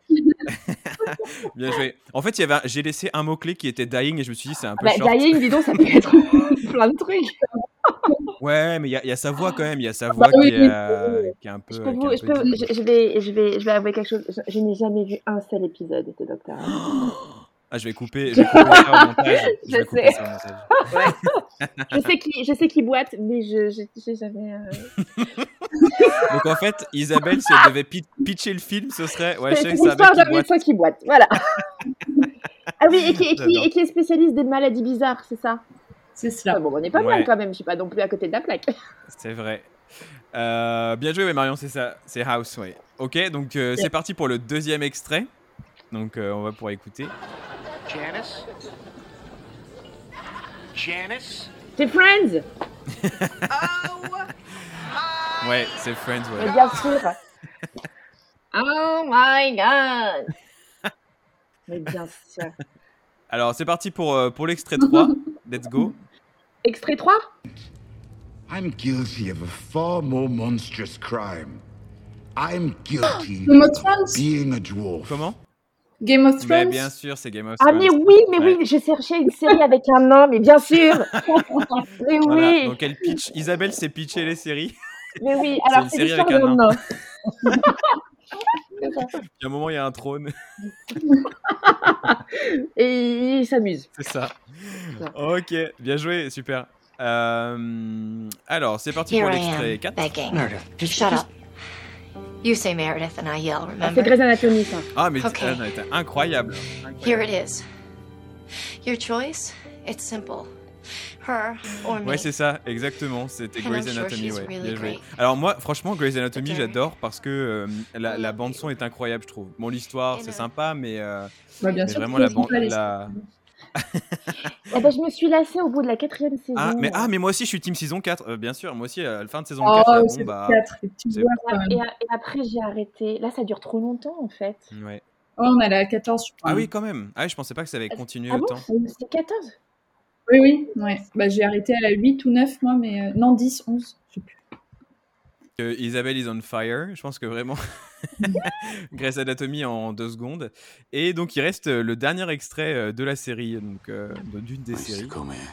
Bien joué. En fait, j'ai laissé un mot-clé qui était dying et je me suis dit c'est un peu short. Dying, dis donc, ça peut être plein de trucs. Ouais, mais il y a sa voix quand même, il y a sa voix oui, qui est un peu. Je vais avouer quelque chose. Je n'ai jamais vu un seul épisode de Doctor House. Ah, je vais couper ça au montage. Je vais couper sais. ça au montage. Je sais qui boite, mais j'ai jamais. Donc en fait, Isabelle, si elle devait pitcher le film, ce serait. Ouais, je sais C'est que c'est un l'histoire mec d'un qui boite. médecin qui boite. Voilà. Ah oui, J'adore. et qui est spécialiste des maladies bizarres, c'est ça? C'est cela. Bon, on n'est pas Ouais. mal quand même. Je suis pas non plus à côté de la plaque. C'est vrai. Bien joué, ouais, Marion, c'est ça. C'est House, ouais. Ok, donc c'est parti pour le deuxième extrait. Donc on va pouvoir écouter. Janice? Janice? C'est Friends. Ouais, c'est Friends, ouais. Mais bien sûr. Oh my god. Mais bien sûr. Alors c'est parti pour l'extrait 3. Let's go. Extrait 3. I'm guilty of a far more monstrous crime. I'm guilty Game of of Thrones. being a dwarf. Comment? Game of Mais Thrones. bien sûr, c'est Game of Ah Thrones. mais oui, Ouais. je cherchais une série avec un nom, mais bien sûr. Mais Voilà, oui, donc elle pitch. Isabelle s'est pitché les séries. mais oui. C'est Alors une c'est série l'histoire avec un d'un nain. nain. Puis à un moment, il y a un trône. Et il s'amuse. C'est ça. Ok, bien joué, super. Alors, c'est parti Here pour I l'extrait am, 4. begging. Meredith. Shut up. You say Meredith and I yell, Ah, remember? c'est Grey's Anatomy ça. Ah, mais Ok. c'était incroyable. Here it is. Your choice? It's simple. Her or me. Ouais, c'est ça, exactement. C'était And Grey's I'm sure Anatomy, she's ouais. really Bien joué. great. Alors moi, franchement, Grey's Anatomy, Ok. j'adore parce que la bande son est incroyable, je trouve. Bon, l'histoire, c'est sympa, mais Bah, bien mais sûr. vraiment que la c'est bande, pas les- Eh ben, je me suis lassée au bout de la 4e saison. mais moi aussi, je suis team saison 4, bien sûr. Moi aussi, à la fin de saison Oh, 4, là, c'est bon, bah, 4, les petits c'est- joueurs quand même. Et après j'ai arrêté. Là ça dure trop longtemps en fait. ouais. Oh, on est à la 14, je crois. Ah oui, quand même. Ah oui, je pensais pas que ça allait continuer Ah bon? autant. C'est 14? Oui, ouais. Bah, j'ai arrêté à la 8 ou 9, moi, mais non, 10, 11, je sais plus. Isabelle is on fire. Je pense que vraiment Grey's Anatomy en 2 secondes. Et donc il reste le dernier extrait de la série, donc d'une des I used to séries. come here.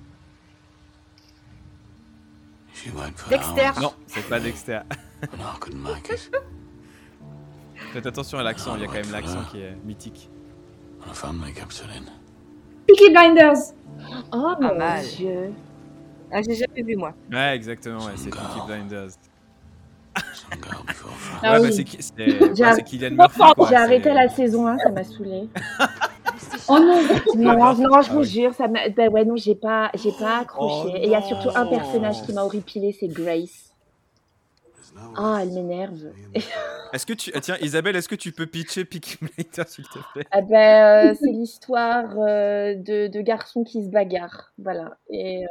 She went for Dexter. hours, Non, c'est pas Dexter. and I couldn't make it. Faites attention à l'accent, il y a quand même l'accent qui est mythique. And a family kept it in. Peaky Blinders. Oh Pas mon mal. dieu. Ah, j'ai jamais vu, moi. Ouais, exactement, ouais, c'est Peaky Blinders. Some girl before Frank. Ah Ouais, oui. bah, c'est Cillian Murphy, quoi. J'ai arrêté c'est- la saison 1, ça m'a saoulée. Oh non. Non, je Ah vous oui. jure, ça m'a. Ben ouais, non, j'ai pas accroché. Oh Et il y a surtout un non. personnage qui m'a horripilé, c'est Grace. Ah, elle m'énerve. Est-ce que tiens, Isabelle, est-ce que tu peux pitcher Peaky Blinders, s'il te plaît? Ah ben, c'est l'histoire de garçons qui se bagarrent, voilà, et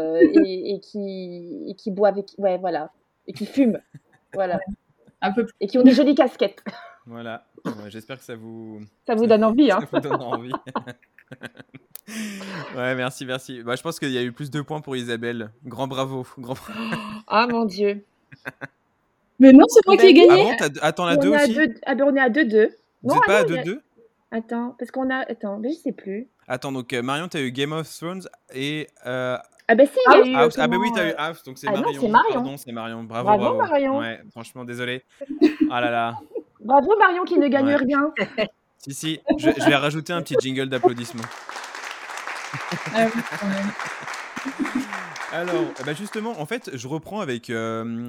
qui boivent, ouais, voilà, et qui fument, voilà, Un peu plus. et qui ont des jolies casquettes. Voilà. Ouais, j'espère que ça vous Ça vous donne envie, hein. ça vous donne envie. Ouais, merci. Bah, je pense qu'il y a eu plus de points pour Isabelle. Grand bravo. Ah mon dieu. Mais non, c'est moi qui ai Ben, Ah gagné. bon, t'en as On deux est à aussi? deux- ah ben on est à 2-2. Vous Non, êtes pas à non, il y a- 2-2? Attends, parce qu'on a. Attends, mais je sais plus. Attends, donc Marion, t'as eu Game of Thrones et Ah bah si, il y a eu House. Ah bah oui, t'as eu House, donc c'est Ah non, Marion. c'est Marion. Pardon, c'est Marion. Bravo. Bravo Marion. Ouais, franchement, désolé. Ah là là. Bravo Marion qui ne gagne Ouais. rien. Si, je vais rajouter un petit jingle d'applaudissements. Ah oui, quand même. Alors, justement, en fait, je reprends avec une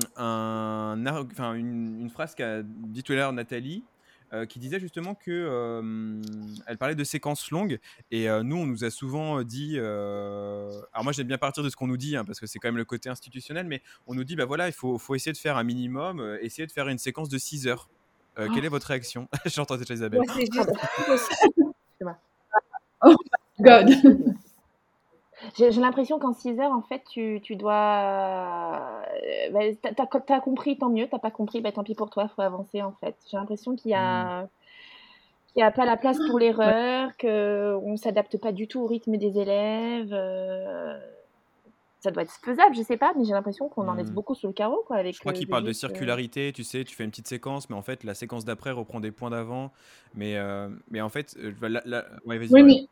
phrase qu'a dit tout à l'heure Nathalie, qui disait justement que elle parlait de séquences longues. Et nous, on nous a souvent dit. Alors, moi, j'aime bien partir de ce qu'on nous dit, hein, parce que c'est quand même le côté institutionnel, mais on nous dit, bah voilà, il faut essayer de faire un minimum, essayer de faire une séquence de 6 heures. Quelle est votre réaction? J'entends déjà Isabelle. Moi, c'est juste impossible. Oh my god. J'ai l'impression qu'en 6 heures, en fait, tu dois. T'as compris, tant mieux. T'as pas compris, tant pis pour toi, faut avancer, en fait. J'ai l'impression qu'il y a pas la place pour l'erreur, qu'on s'adapte pas du tout au rythme des élèves. Ça doit être faisable, je sais pas, mais j'ai l'impression qu'on en laisse beaucoup sur le carreau, quoi. Avec, Je crois qu'il parle de circularité, tu sais, tu fais une petite séquence, mais en fait, la séquence d'après reprend des points d'avant. Mais en fait, ouais, vas-y. Oui, mais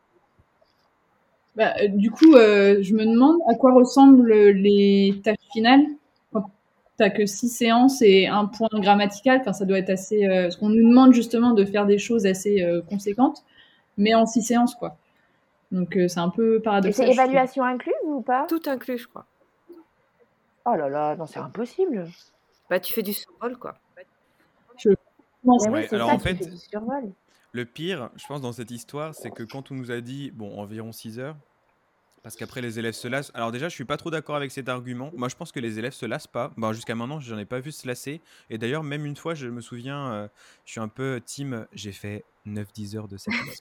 du coup, je me demande à quoi ressemblent les tâches finales quand t'as que 6 séances et un point grammatical. Enfin, ça doit être assez. Parce qu'on nous demande justement de faire des choses assez conséquentes, mais en 6 séances, quoi. Donc, c'est un peu Et paradoxal. c'est évaluation incluse ou pas? Tout inclus, je crois. Oh là là, non, c'est impossible. Bah, tu fais du survol, quoi. Mais oui, Ouais, c'est alors ça, en tu fait, fais du survol. le pire, je pense, dans cette histoire, c'est que quand on nous a dit, bon, environ 6 heures, parce qu'après les élèves se lassent. Alors déjà, je suis pas trop d'accord avec cet argument. Moi, je pense que les élèves se lassent pas. Bon, jusqu'à maintenant, j'en ai pas vu se lasser. Et d'ailleurs, même une fois, je me souviens, je suis un peu team, j'ai fait 9-10 heures de séquence.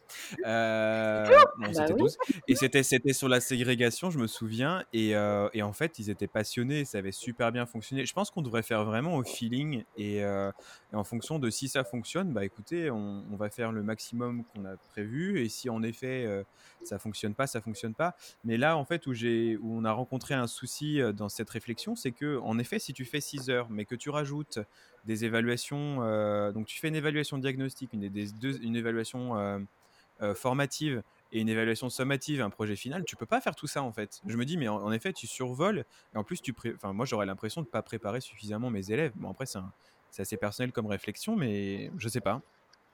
Non, Bah c'était oui. 12. Et c'était sur la ségrégation, je me souviens. Et en fait, ils étaient passionnés. Ça avait super bien fonctionné. Je pense qu'on devrait faire vraiment au feeling. Et en fonction de si ça fonctionne, bah écoutez, on va faire le maximum qu'on a prévu. Et si en effet, ça fonctionne pas, ça fonctionne pas. Mais là, en fait, où on a rencontré un souci dans cette réflexion, c'est que, en effet, si tu fais 6 heures, mais que tu rajoutes des évaluations, donc tu fais une évaluation diagnostique, une évaluation formative et une évaluation sommative, un projet final, tu peux pas faire tout ça, en fait. Je me dis, mais en effet, tu survoles, et en plus, moi, j'aurais l'impression de pas préparer suffisamment mes élèves. Bon, après, c'est assez personnel comme réflexion, mais je sais pas.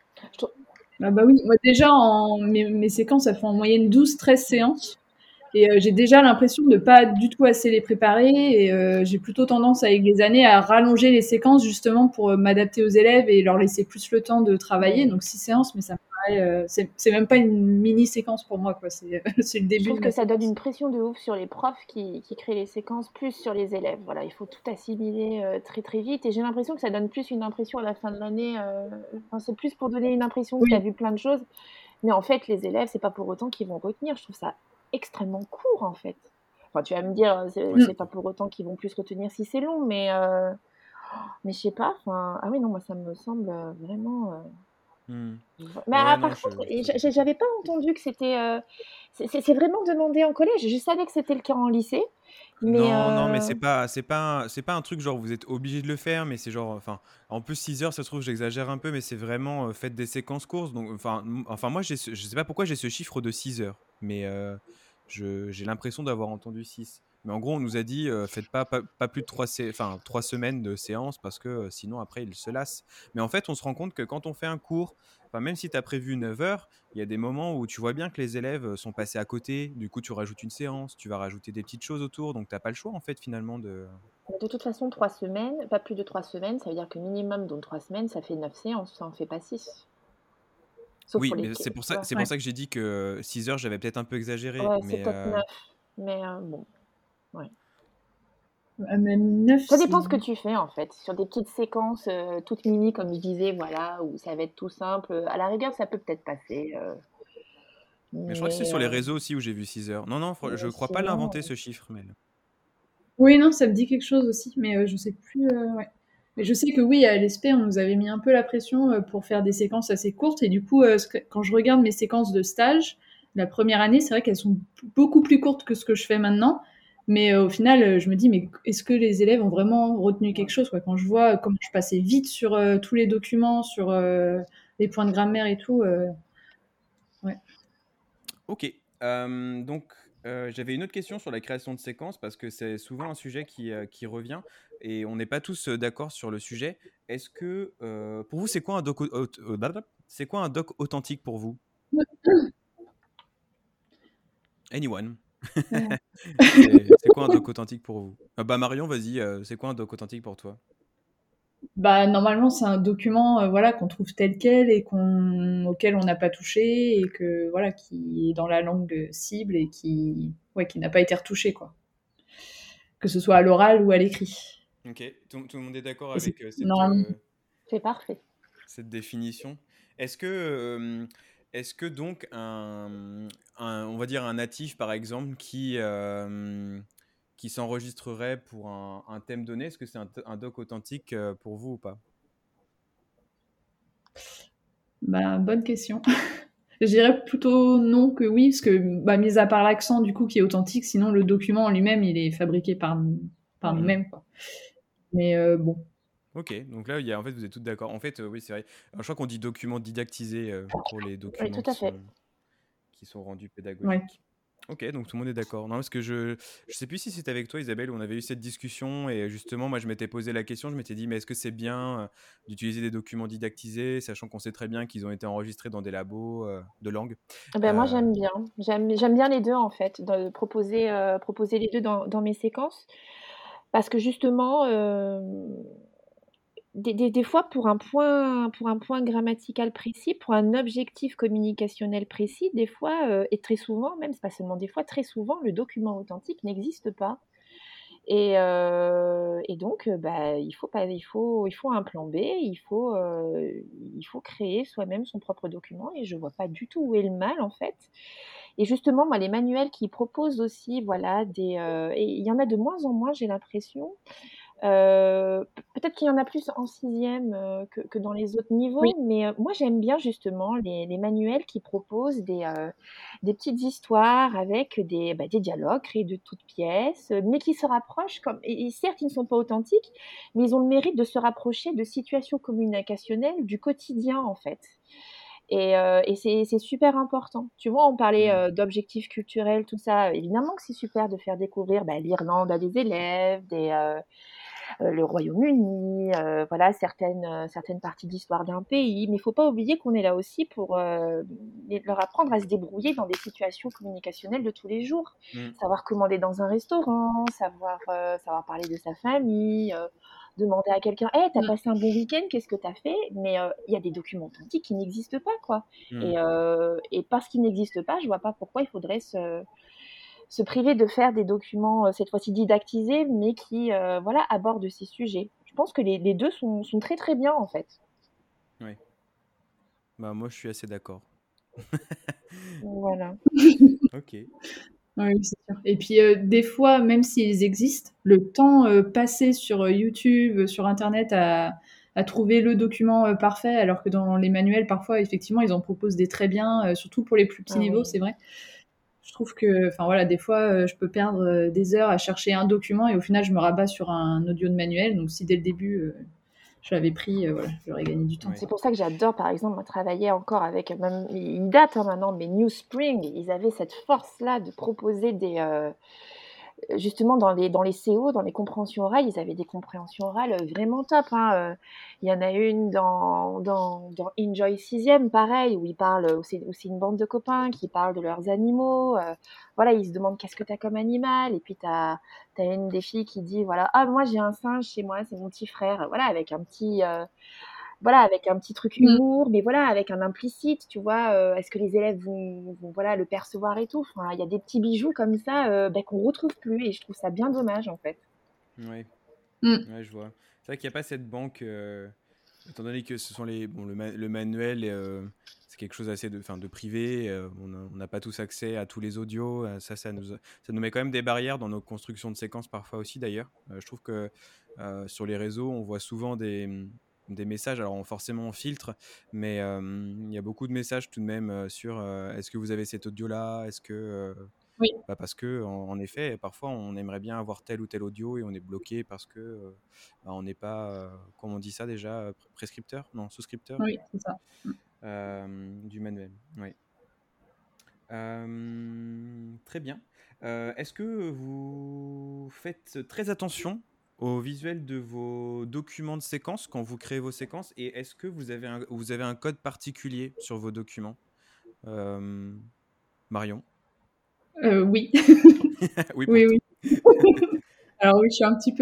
Ah bah oui, moi déjà, mes séquences, ça fait en moyenne 12-13 séances. Et j'ai déjà l'impression de pas du tout assez les préparer. Et j'ai plutôt tendance, avec les années, à rallonger les séquences justement pour m'adapter aux élèves et leur laisser plus le temps de travailler. Donc 6 séances, mais ça me paraît... c'est même pas une mini-séquence pour moi, quoi. C'est le début. Je trouve de que ma ça donne séquence. une pression de ouf sur les profs qui créent les séquences, plus sur les élèves. Voilà, il faut tout assimiler très très vite. Et j'ai l'impression que ça donne plus une impression à la fin de l'année. Enfin, c'est plus pour donner une impression que tu as vu plein de choses. Mais en fait, les élèves, c'est pas pour autant qu'ils vont retenir. Je trouve ça extrêmement court, en fait. Enfin, tu vas me dire, c'est pas pour autant qu'ils vont plus retenir si c'est long, mais je sais pas. Enfin, ah oui, non, moi, ça me semble vraiment. Mais Ouais, non, par contre, j'avais pas entendu que c'était. C'est vraiment demandé en collège. Je savais que c'était le cas en lycée, mais. Non, mais c'est pas un truc genre vous êtes obligé de le faire, mais c'est genre, enfin, en plus 6 heures, ça se trouve, j'exagère un peu, mais c'est vraiment faites des séquences courtes. Donc, enfin moi, je sais pas pourquoi j'ai ce chiffre de 6 heures, mais j'ai l'impression d'avoir entendu 6. Mais en gros, on nous a dit, faites pas plus de 3 semaines de séance parce que sinon, après, ils se lassent. Mais en fait, on se rend compte que quand on fait un cours, même si tu as prévu 9 heures, il y a des moments où tu vois bien que les élèves sont passés à côté. Du coup, tu rajoutes une séance, tu vas rajouter des petites choses autour. Donc, tu n'as pas le choix, en fait, finalement. De toute façon, 3 semaines, pas plus de 3 semaines, ça veut dire que minimum, dans 3 semaines, ça fait 9 séances, ça en fait pas 6. Sauf Oui, pour les mais c'est pour ça ouais. que j'ai dit que 6 heures, j'avais peut-être un peu exagéré. Ouais, c'est Mais peut-être 9. Mais bon, ouais. Même 9, Ça dépend ce que tu fais, en fait. Sur des petites séquences toutes mini, comme je disais, voilà, où ça va être tout simple. À la rigueur, ça peut peut-être passer. je crois que c'est sur les réseaux aussi où j'ai vu 6 heures. Non, je crois pas sinon, l'inventer, ce chiffre. Mais... Oui, non, ça me dit quelque chose aussi, mais je sais plus. Ouais. Mais je sais que oui, à l'ESP, on nous avait mis un peu la pression pour faire des séquences assez courtes. Et du coup, quand je regarde mes séquences de stage, la première année, c'est vrai qu'elles sont beaucoup plus courtes que ce que je fais maintenant. Mais au final, je me dis, mais est-ce que les élèves ont vraiment retenu quelque chose, quoi? Quand je vois comment je passais vite sur tous les documents, sur les points de grammaire et tout. Ouais. Ok. Donc, J'avais une autre question sur la création de séquences parce que c'est souvent un sujet qui revient et on n'est pas tous d'accord sur le sujet. Est-ce que, pour vous, c'est quoi un doc authentique pour vous? Anyone? Ouais. C'est quoi un doc authentique pour vous? Marion, vas-y, c'est quoi un doc authentique pour toi? Bah, normalement, c'est un document, voilà, qu'on trouve tel quel et auquel on n'a pas touché et que, voilà, qui est dans la langue cible et qui n'a pas été retouché, quoi. Que ce soit à l'oral ou à l'écrit. Ok, tout le monde est d'accord Et c'est avec normalement. C'est parfait. cette définition. Est-ce que donc on va dire un natif par exemple qui s'enregistrerait pour un thème donné, est-ce que c'est un doc authentique pour vous ou pas? Bah, bonne question. Je dirais plutôt non que oui, parce que, bah, mis à part l'accent, du coup, qui est authentique, sinon le document en lui-même, il est fabriqué par Ouais. nous-mêmes, quoi. Mais bon. Ok, donc là, en fait, vous êtes toutes d'accord. En fait, oui, c'est vrai. Alors, je crois qu'on dit document didactisé pour les Oui, documents tout à fait. qui sont rendus Ouais. pédagogiques. Ok, donc tout le monde est d'accord. Non, parce que je sais plus si c'était avec toi, Isabelle, où on avait eu cette discussion et justement, moi, je m'étais posé la question, je m'étais dit, mais est-ce que c'est bien d'utiliser des documents didactisés, sachant qu'on sait très bien qu'ils ont été enregistrés dans des labos de langue. Ben moi, Euh, j'aime bien. J'aime bien les deux, en fait, de proposer les deux dans mes séquences. Parce que justement, des fois, pour un point grammatical précis, pour un objectif communicationnel précis, des fois, et très souvent, même, c'est pas seulement des fois, très souvent, le document authentique n'existe pas. Et donc, bah, il faut un plan B, il faut créer soi-même son propre document et je vois pas du tout où est le mal, en fait. Et justement, moi, les manuels qui proposent aussi, voilà, et il y en a de moins en moins, j'ai l'impression. Peut-être qu'il y en a plus en sixième que dans les autres Oui. niveaux, mais moi j'aime bien justement les manuels qui proposent des petites histoires avec des dialogues créés de toutes pièces, mais qui se rapprochent et certes ils ne sont pas authentiques, mais ils ont le mérite de se rapprocher de situations communicationnelles du quotidien en fait. Et c'est super important. Tu vois, on parlait d'objectifs culturels, tout ça. Évidemment que c'est super de faire découvrir l'Irlande à des élèves, le Royaume-Uni, voilà, certaines parties d'histoire d'un pays. Mais il ne faut pas oublier qu'on est là aussi pour leur apprendre à se débrouiller dans des situations communicationnelles de tous les jours. Savoir commander dans un restaurant, savoir parler de sa famille, demander à quelqu'un, hey, t'as passé un bon week-end, qu'est-ce que t'as fait? Mais il y a des documents authentiques qui n'existent pas, quoi. Et parce qu'ils n'existent pas, je vois pas pourquoi il faudrait se priver de faire des documents, cette fois-ci didactisés, mais qui voilà, abordent ces sujets. Je pense que les deux sont très très bien, en fait. Oui. Bah, moi, je suis assez d'accord. Voilà. Ok. Oui, c'est sûr. Et puis, des fois, même s'ils existent, le temps passé sur YouTube, sur Internet à trouver le document parfait, alors que dans les manuels, parfois, effectivement, ils en proposent des très bien, surtout pour les plus petits Ah niveaux, oui. c'est vrai. Je trouve que, enfin voilà, des fois, je peux perdre des heures à chercher un document et au final, je me rabats sur un audio de manuel. Donc, si dès le début, je l'avais pris, voilà, j'aurais gagné du temps. C'est pour ça que j'adore, par exemple, moi, travailler encore avec, même, il date maintenant, mais New Spring, ils avaient cette force-là de proposer justement dans les CO, dans les compréhensions orales, ils avaient des compréhensions orales vraiment top. Hein. Il y en a une dans Enjoy 6e, pareil, où ils parlent, où c'est une bande de copains qui parlent de leurs animaux. Voilà, ils se demandent qu'est-ce que tu as comme animal. Et puis tu as une des filles qui dit, voilà, ah, moi j'ai un singe chez moi, c'est mon petit frère. Voilà, avec un petit... voilà, avec un petit truc humour, mais voilà, avec un implicite, tu vois. Est-ce que les élèves vont voilà, le percevoir et tout? Enfin, il y a des petits bijoux comme ça qu'on retrouve plus et je trouve ça bien dommage en fait. Ouais. Ouais, je vois. C'est vrai qu'il n'y a pas cette banque, étant donné que ce sont le manuel, c'est quelque chose assez de privé. On n'a pas tous accès à tous les audios. Ça nous met quand même des barrières dans nos constructions de séquences parfois aussi d'ailleurs. Je trouve que sur les réseaux, on voit souvent des messages, alors forcément on filtre, mais il y a beaucoup de messages tout de même sur est-ce que vous avez cet audio-là? Est-ce que Oui. parce que en effet, parfois on aimerait bien avoir tel ou tel audio et on est bloqué parce que on n'est pas, comment on dit ça déjà, prescripteur? Non, souscripteur Oui, c'est ça. du manuel. Oui. Très bien. Est-ce que vous faites très attention au visuel de vos documents de séquences quand vous créez vos séquences et est-ce que vous avez un code particulier sur vos documents? Marion? Oui. Oui, pour Oui, toi. oui. Alors oui,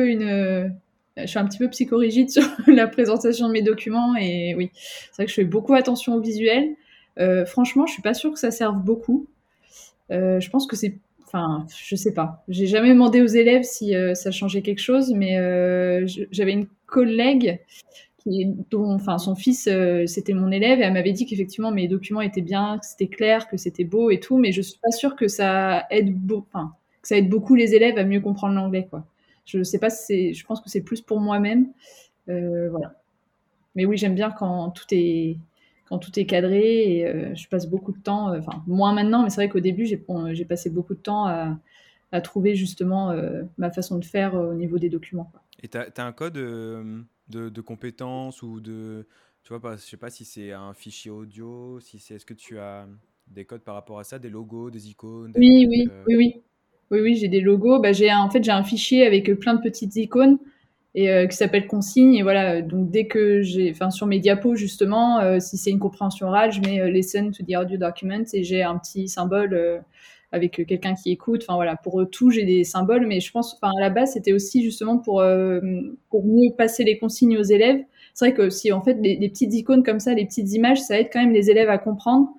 je suis un petit peu psychorigide sur la présentation de mes documents et oui, c'est vrai que je fais beaucoup attention au visuel. Franchement, je suis pas sûre que ça serve beaucoup. Je pense que enfin, je sais pas. J'ai jamais demandé aux élèves si ça changeait quelque chose, mais j'avais une collègue enfin, son fils, c'était mon élève et elle m'avait dit qu'effectivement mes documents étaient bien, que c'était clair, que c'était beau et tout, mais je suis pas sûre que enfin, que ça aide beaucoup les élèves à mieux comprendre l'anglais, quoi. Je sais pas si je pense que c'est plus pour moi-même, voilà. Mais oui, j'aime bien quand tout est cadré et je passe beaucoup de temps, enfin moins maintenant, mais c'est vrai qu'au début j'ai passé beaucoup de temps à trouver justement ma façon de faire au niveau des documents, quoi. Et t'as un code de compétences ou tu vois, je sais pas si c'est un fichier audio, est-ce que tu as des codes par rapport à ça, des logos, des icônes, des Oui, trucs, oui, oui, oui. Oui, oui, j'ai des logos. Bah, en fait, j'ai un fichier avec plein de petites icônes et qui s'appelle consigne. Et voilà, donc dès que enfin, sur mes diapos justement, si c'est une compréhension orale, je mets listen to the audio document et j'ai un petit symbole avec quelqu'un qui écoute. Enfin voilà, pour tout, j'ai des symboles, mais je pense, enfin à la base, c'était aussi justement pour mieux passer les consignes aux élèves. C'est vrai que si en fait les petites icônes comme ça, les petites images, ça aide quand même les élèves à comprendre.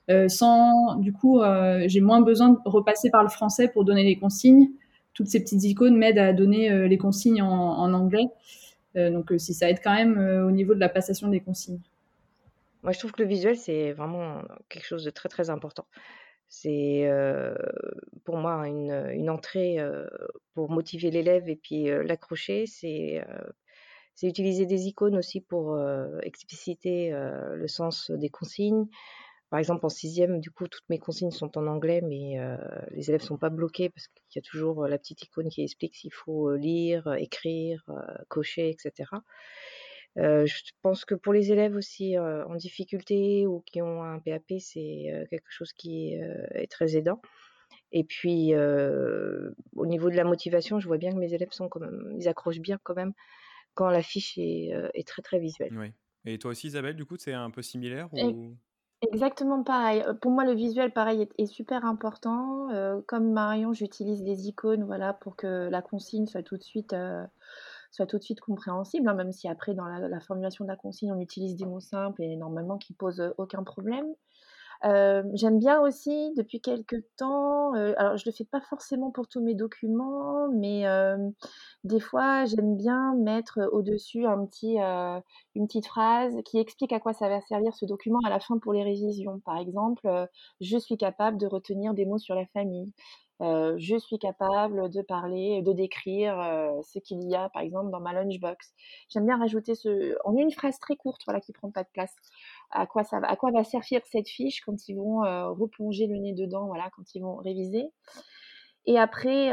Du coup, j'ai moins besoin de repasser par le français pour donner les consignes. Toutes ces petites icônes m'aident à donner les consignes en anglais. Donc, si ça aide quand même au niveau de la passation des consignes. Moi, je trouve que le visuel, c'est vraiment quelque chose de très, très important. C'est pour moi une entrée pour motiver l'élève et puis l'accrocher. C'est utiliser des icônes aussi pour expliciter le sens des consignes. Par exemple, en sixième, du coup, toutes mes consignes sont en anglais, mais les élèves ne sont pas bloqués parce qu'il y a toujours la petite icône qui explique s'il faut lire, écrire, cocher, etc. Je pense que pour les élèves aussi en difficulté ou qui ont un PAP, c'est quelque chose qui est très aidant. Et puis, au niveau de la motivation, je vois bien que mes élèves ils accrochent bien quand même quand la fiche est très, très visuelle. Oui. Et toi aussi, Isabelle, du coup, c'est un peu similaire Et ou... exactement pareil. Pour moi, le visuel, pareil, est super important. Comme Marion, j'utilise les icônes, voilà, pour que la consigne soit tout de suite compréhensible, hein, même si après, dans la formulation de la consigne, on utilise des mots simples et normalement qui posent aucun problème. J'aime bien aussi depuis quelque temps, alors je le fais pas forcément pour tous mes documents, mais des fois j'aime bien mettre au-dessus une petite phrase qui explique à quoi ça va servir ce document à la fin pour les révisions. Par exemple, «Je suis capable de retenir des mots sur la famille». «Je suis capable de décrire, ce qu'il y a par exemple dans ma lunchbox». J'aime bien rajouter en une phrase très courte, voilà, qui prend pas de place. À quoi va servir cette fiche quand ils vont replonger le nez dedans, voilà, quand ils vont réviser. Et après,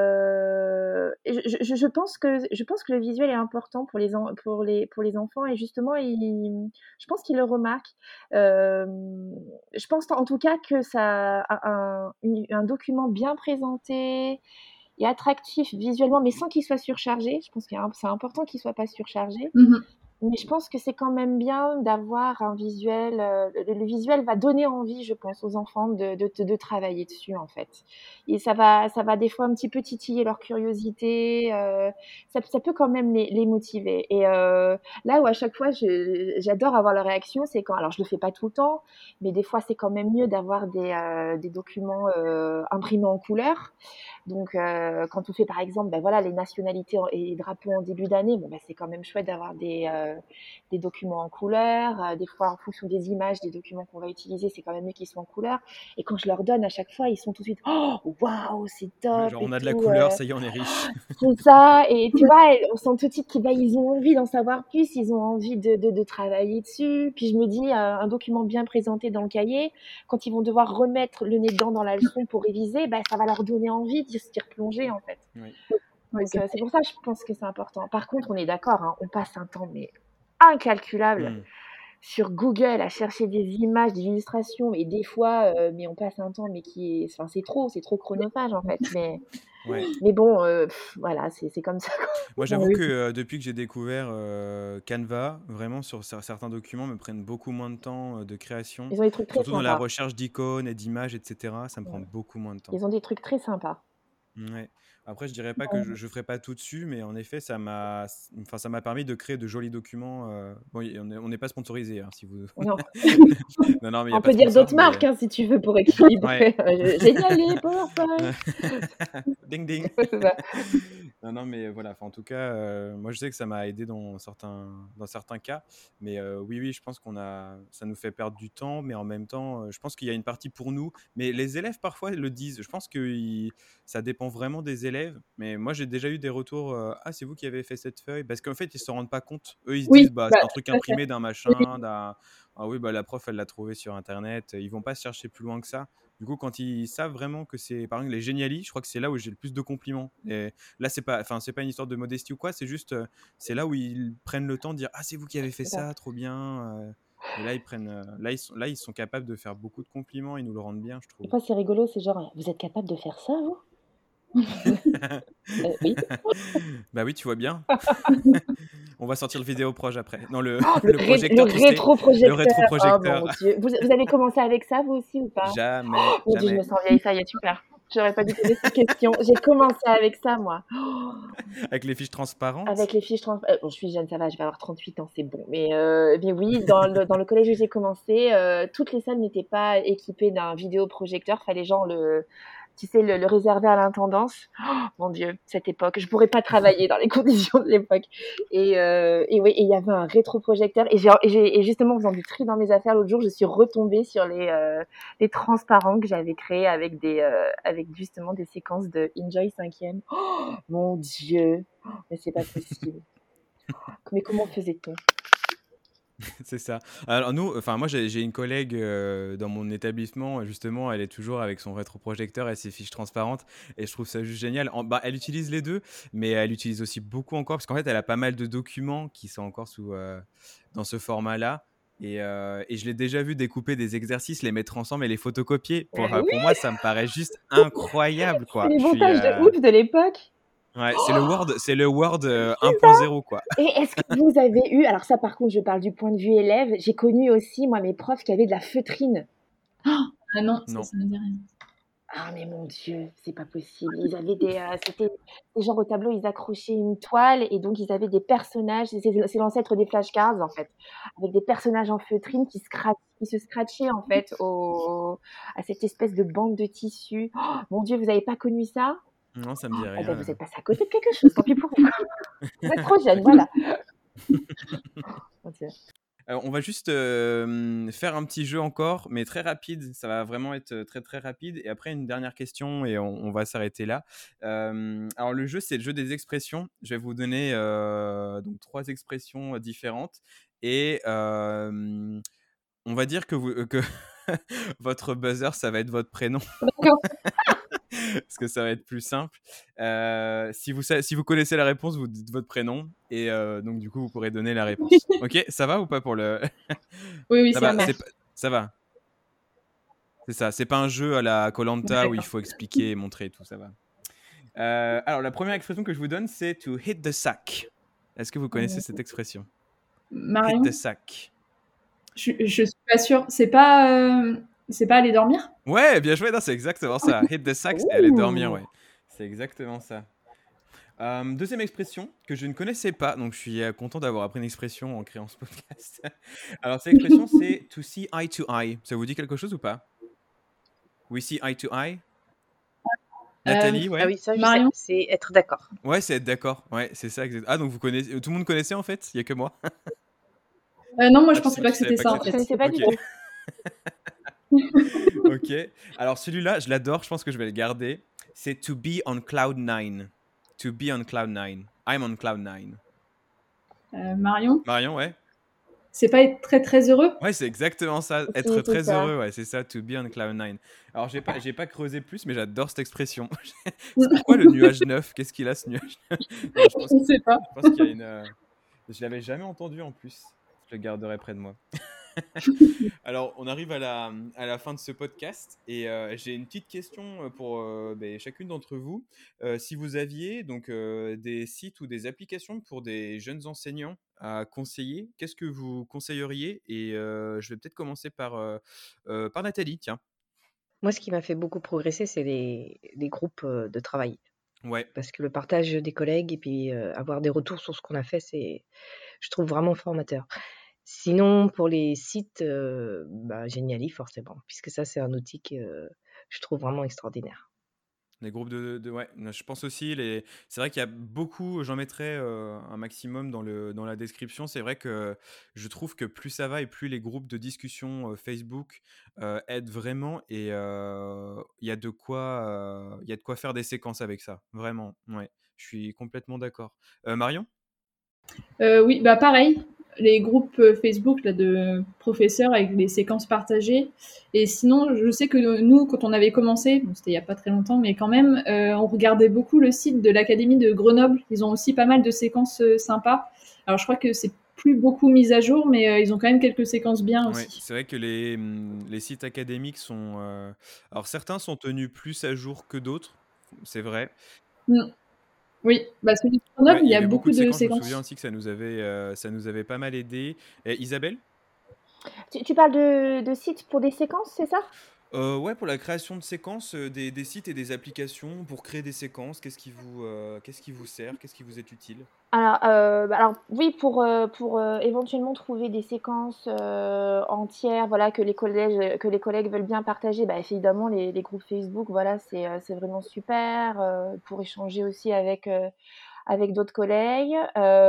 je pense que le visuel est important pour pour les enfants et justement, je pense qu'ils le remarquent. Je pense en tout cas que un document bien présenté et attractif visuellement, mais sans qu'il soit surchargé. Je pense que c'est important qu'il soit pas surchargé. Mhm. Mais je pense que c'est quand même bien d'avoir un visuel. Le visuel va donner envie, je pense, aux enfants de travailler dessus, en fait. Et ça va des fois un petit peu titiller leur curiosité. Ça peut quand même les motiver. Et là où à chaque fois, j'adore avoir leur réaction, c'est quand. Alors, je le fais pas tout le temps, mais des fois, c'est quand même mieux d'avoir des documents imprimés en couleur. Donc, quand on fait par exemple, ben voilà, les nationalités et les drapeaux en début d'année, bon, ben, c'est quand même chouette d'avoir des documents en couleur. Des fois, en fonction des images, des documents qu'on va utiliser, c'est quand même mieux qu'ils soient en couleur. Et quand je leur donne à chaque fois, ils sont tout de suite, oh, waouh, c'est top Genre, et on a de la tout. couleur, ça y est, on est riche. C'est ça. Et tu vois, on sent tout de suite qu'ils ont envie d'en savoir plus, ils ont envie de travailler dessus. Puis je me dis, un document bien présenté dans le cahier, quand ils vont devoir remettre le nez dedans dans la leçon pour réviser, ben, ça va leur donner envie d'y replonger, en fait. Oui. Ouais, Donc, c'est pour ça que je pense que c'est important. Par contre, on est d'accord, hein, on passe un temps mais incalculable Hmm. sur Google à chercher des images, des illustrations, et des fois, mais on passe un temps, mais enfin, c'est trop chronophage en fait. Ouais. Mais bon, voilà, c'est comme ça. Moi, j'avoue oui. que depuis que j'ai découvert Canva, vraiment sur certains documents me prennent beaucoup moins de temps de création. Ils ont des trucs très Surtout dans la sympas. recherche d'icônes et d'images, etc. Ça me prend Ouais. beaucoup moins de temps. Ils ont des trucs très sympas. Ouais. Après, je dirais pas que je ferai pas tout dessus, mais en effet, ça m'a permis de créer de jolis documents. Bon, on n'est pas sponsorisé, hein, si vous. Non. Non, mais il y a On pas peut de dire sponsor, d'autres marques mais hein, si tu veux pour équilibrer. Génial, les PowerPoint. ding ding. C'est ça. Non, mais voilà. En tout cas, moi, je sais que ça m'a aidé dans certains cas. Mais oui, je pense ça nous fait perdre du temps, mais en même temps, je pense qu'il y a une partie pour nous. Mais les élèves parfois le disent. Je pense que ça dépend vraiment des élèves. Mais moi, j'ai déjà eu des retours. Ah, c'est vous qui avez fait cette feuille, parce qu'en fait, ils se rendent pas compte. Eux, ils se disent, Bah, c'est un truc tout à fait. imprimé d'un machin, ah oui, la prof, elle l'a trouvé sur Internet. Ils vont pas se chercher plus loin que ça. Du coup, quand ils savent vraiment que c'est, par exemple, les génialis, je crois que c'est là où j'ai le plus de compliments. Et là, c'est pas une histoire de modestie ou quoi, c'est juste, c'est là où ils prennent le temps de dire, ah, c'est vous qui avez fait ça, trop bien. Et là, ils sont capables de faire beaucoup de compliments, ils nous le rendent bien, je trouve. Et moi, c'est rigolo, c'est genre, vous êtes capable de faire ça, vous Oui. Bah oui, tu vois bien. On va sortir le vidéoproche après. Non, le projecteur. le rétroprojecteur. Le rétroprojecteur. Oh mon Dieu. Vous avez commencé avec ça, vous aussi, ou pas? Jamais. Mon Dieu, je me sens vieille, ça y est, super. J'aurais pas dû poser cette question. J'ai commencé avec ça, moi. Avec les fiches transparentes? Avec les fiches transparentes. Bon, je suis jeune, ça va, je vais avoir 38 ans, c'est bon. Mais oui, dans le collège où j'ai commencé, toutes les salles n'étaient pas équipées d'un vidéoprojecteur. Fallait genre le réserver à l'intendance. Oh, mon Dieu, cette époque. Je pourrais pas travailler dans les conditions de l'époque. Et oui, et il y avait un rétroprojecteur. Et justement, en faisant du tri dans mes affaires l'autre jour, je suis retombée sur les transparents que j'avais créés avec avec justement des séquences de Enjoy 5e. Oh, mon Dieu. Mais c'est pas possible. Mais comment faisait-on? C'est ça. Alors moi j'ai une collègue dans mon établissement, justement, elle est toujours avec son rétroprojecteur et ses fiches transparentes, et je trouve ça juste génial. Elle utilise les deux, mais elle utilise aussi beaucoup encore, parce qu'en fait elle a pas mal de documents qui sont encore dans ce format-là. Et je l'ai déjà vu découper des exercices, les mettre ensemble et les photocopier. Pour moi, ça me paraît juste incroyable, quoi. C'est les montages de ouf de l'époque. Ouais, c'est le Word 1.0, quoi. Et est-ce que vous avez eu, alors ça par contre je parle du point de vue élève, j'ai connu aussi moi mes profs qui avaient de la feutrine. Ah non, Non. ça me dit rien. Ah mais mon Dieu, c'est pas possible. Ils avaient c'était des gens au tableau, ils accrochaient une toile et donc ils avaient des personnages, c'est l'ancêtre des flashcards en fait, avec des personnages en feutrine qui se scratchaient en fait à cette espèce de bande de tissu. Oh, mon Dieu, vous avez pas connu ça? Non, ça me dit rien. Ben, vous êtes passé à côté de quelque chose, tant pis pour vous. Vous êtes trop jeune, voilà. On va juste faire un petit jeu encore, mais très rapide. Ça va vraiment être très très rapide. Et après, une dernière question et on va s'arrêter là. Alors, le jeu, c'est le jeu des expressions. Je vais vous donner donc 3 expressions différentes. Et on va dire que votre buzzer, ça va être votre prénom. D'accord. Parce que ça va être plus simple. Si vous connaissez la réponse, vous dites votre prénom et donc du coup vous pourrez donner la réponse. Ok, ça va ou pas pour le Oui, ça ça va, va. ça va. C'est ça, c'est pas un jeu à la Koh-Lanta où il faut expliquer et montrer tout, ça va. Alors la première expression que je vous donne, c'est to hit the sack. Est-ce que vous connaissez cette expression? Marion, Hit the sack. je suis pas sûre. C'est pas aller dormir? Ouais, bien joué, non, c'est exactement ça. Hit the sack, c'est aller dormir, ouais. C'est exactement ça. Deuxième expression que je ne connaissais pas, donc je suis content d'avoir appris une expression en créant ce podcast. Alors cette expression, c'est to see eye to eye. Ça vous dit quelque chose ou pas? We see eye to eye. Nathalie, ouais. Ah oui, ça, je Marion? sais, c'est être d'accord. Ouais, c'est être d'accord. Ouais, c'est ça. Ah, donc vous connaissez, tout le monde connaissait en fait? Il y a que moi. Non, moi je Ah, pensais pas que c'était ça en Je fait. connaissais pas du Ok. tout. Ok. Alors celui-là, je l'adore. Je pense que je vais le garder. C'est to be on cloud 9. To be on cloud 9. I'm on cloud 9. Marion, Marion, ouais. c'est pas être très très heureux? Ouais, c'est exactement ça. Si, Être c'est très ça. heureux, ouais, c'est ça. To be on cloud 9. Alors j'ai pas creusé plus, mais j'adore cette expression. C'est pourquoi le nuage 9? Qu'est-ce qu'il a ce nuage 9? Non, Je sais pas. je pense qu'il y a une. Je l'avais jamais entendu en plus. Je le garderai près de moi. Alors, on arrive à la fin de ce podcast et j'ai une petite question pour chacune d'entre vous. Si vous aviez donc des sites ou des applications pour des jeunes enseignants à conseiller, qu'est-ce que vous conseilleriez? Et je vais peut-être commencer par Nathalie, tiens. Moi, ce qui m'a fait beaucoup progresser, c'est les groupes de travail. Ouais, Parce que le partage des collègues et puis avoir des retours sur ce qu'on a fait, je trouve vraiment formateur. Sinon, pour les sites, Geniali, forcément, puisque ça, c'est un outil que je trouve vraiment extraordinaire. les groupes ouais, je pense aussi. C'est vrai qu'il y a beaucoup, j'en mettrai un maximum dans la description. C'est vrai que je trouve que plus ça va et plus les groupes de discussion Facebook aident vraiment et il y a de quoi faire des séquences avec ça. Vraiment, ouais. Je suis complètement d'accord. Marion? Oui, bah pareil, les groupes Facebook là, de professeurs avec les séquences partagées. Et sinon, je sais que nous, quand on avait commencé, bon, c'était il n'y a pas très longtemps, mais quand même, on regardait beaucoup le site de l'Académie de Grenoble. Ils ont aussi pas mal de séquences sympas. Alors, je crois que c'est plus beaucoup mis à jour, mais ils ont quand même quelques séquences bien Ouais, aussi. c'est vrai que les sites académiques sont... Alors, certains sont tenus plus à jour que d'autres, c'est vrai. Mm. Oui, bah celui de Grenoble, Ouais, il il y y a avait beaucoup beaucoup de de séquences. Je me souviens séquences. aussi que ça nous avait pas mal aidé. Et Isabelle? Tu parles de sites pour des séquences, c'est ça? Ouais, pour la création de séquences, des sites et des applications pour créer des séquences, qu'est-ce qui vous sert? Qu'est-ce qui vous est utile? Alors oui, pour éventuellement trouver des séquences entières, voilà, que les collègues veulent bien partager, bah, évidemment, les groupes Facebook, voilà, c'est vraiment super pour échanger aussi avec d'autres collègues.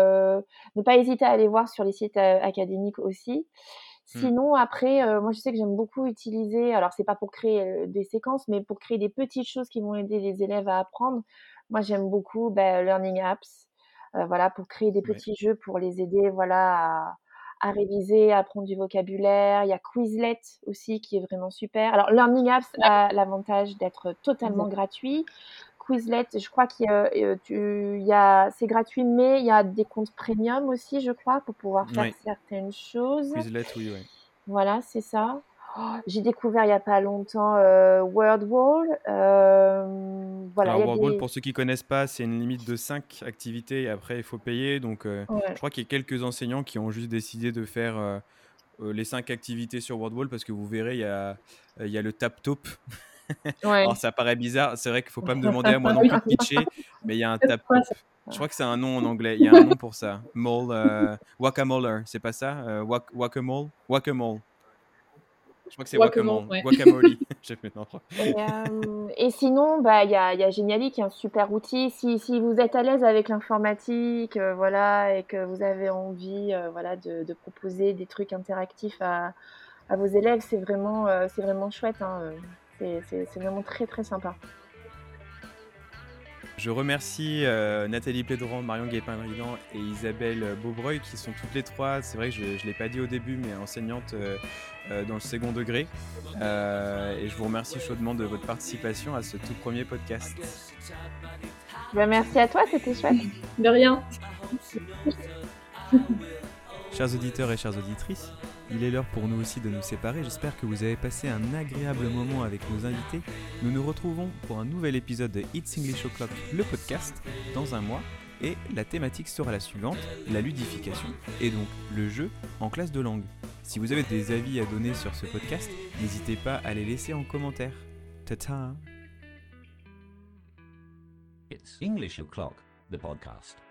Ne pas hésiter à aller voir sur les sites académiques aussi. Sinon, après, moi, je sais que j'aime beaucoup utiliser, alors c'est pas pour créer des séquences, mais pour créer des petites choses qui vont aider les élèves à apprendre. Moi, j'aime beaucoup Learning Apps, voilà, pour créer des Ouais. petits jeux pour les aider, voilà, à réviser, à apprendre du vocabulaire. Il y a Quizlet aussi qui est vraiment super. Alors, Learning Apps a l'avantage d'être totalement gratuit. Quizlet, je crois c'est gratuit, mais il y a des comptes premium aussi, je crois, pour pouvoir faire Ouais, certaines choses. Quizlet, oui, ouais. Voilà, c'est ça. Oh, j'ai découvert il y a pas longtemps WordWall. Voilà, il Alors, y a WordWall, des... pour ceux qui connaissent pas, c'est une limite de 5 activités et après, il faut payer. Donc, je Ouais. crois qu'il y a quelques enseignants qui ont juste décidé de faire les 5 activités sur WordWall parce que vous verrez, il y a le tap-top. Ouais. Alors, ça paraît bizarre. C'est vrai qu'il faut pas me demander à moi non plus de pitcher, mais il y a un tap-top. Je crois que c'est un nom en anglais. Il y a un nom pour ça. Guacamole, c'est pas ça? Guacamole? Guacamole. Je crois que c'est Guacamole, guacamole. ouais. Guacamole. J'ai fait n'importe Et sinon, bah, il y a Geniali qui est un super outil. Si vous êtes à l'aise avec l'informatique, voilà, et que vous avez envie, voilà, de proposer des trucs interactifs à vos élèves, c'est vraiment chouette, hein. C'est vraiment très très sympa. Je remercie Nathalie Plédran, Marion Guépin-Ridan et Isabelle Beaubreuil qui sont toutes les trois, c'est vrai que je ne l'ai pas dit au début, mais enseignantes dans le second degré. Et je vous remercie chaudement de votre participation à ce tout premier podcast. Bah, merci à toi, c'était chouette. De rien. Chers auditeurs et chères auditrices, il est l'heure pour nous aussi de nous séparer. J'espère que vous avez passé un agréable moment avec nos invités. Nous nous retrouvons pour un nouvel épisode de It's English O'Clock, le podcast, dans un mois. Et la thématique sera la suivante, la ludification, et donc le jeu en classe de langue. Si vous avez des avis à donner sur ce podcast, n'hésitez pas à les laisser en commentaire. Ta-ta! It's English O'Clock, the podcast.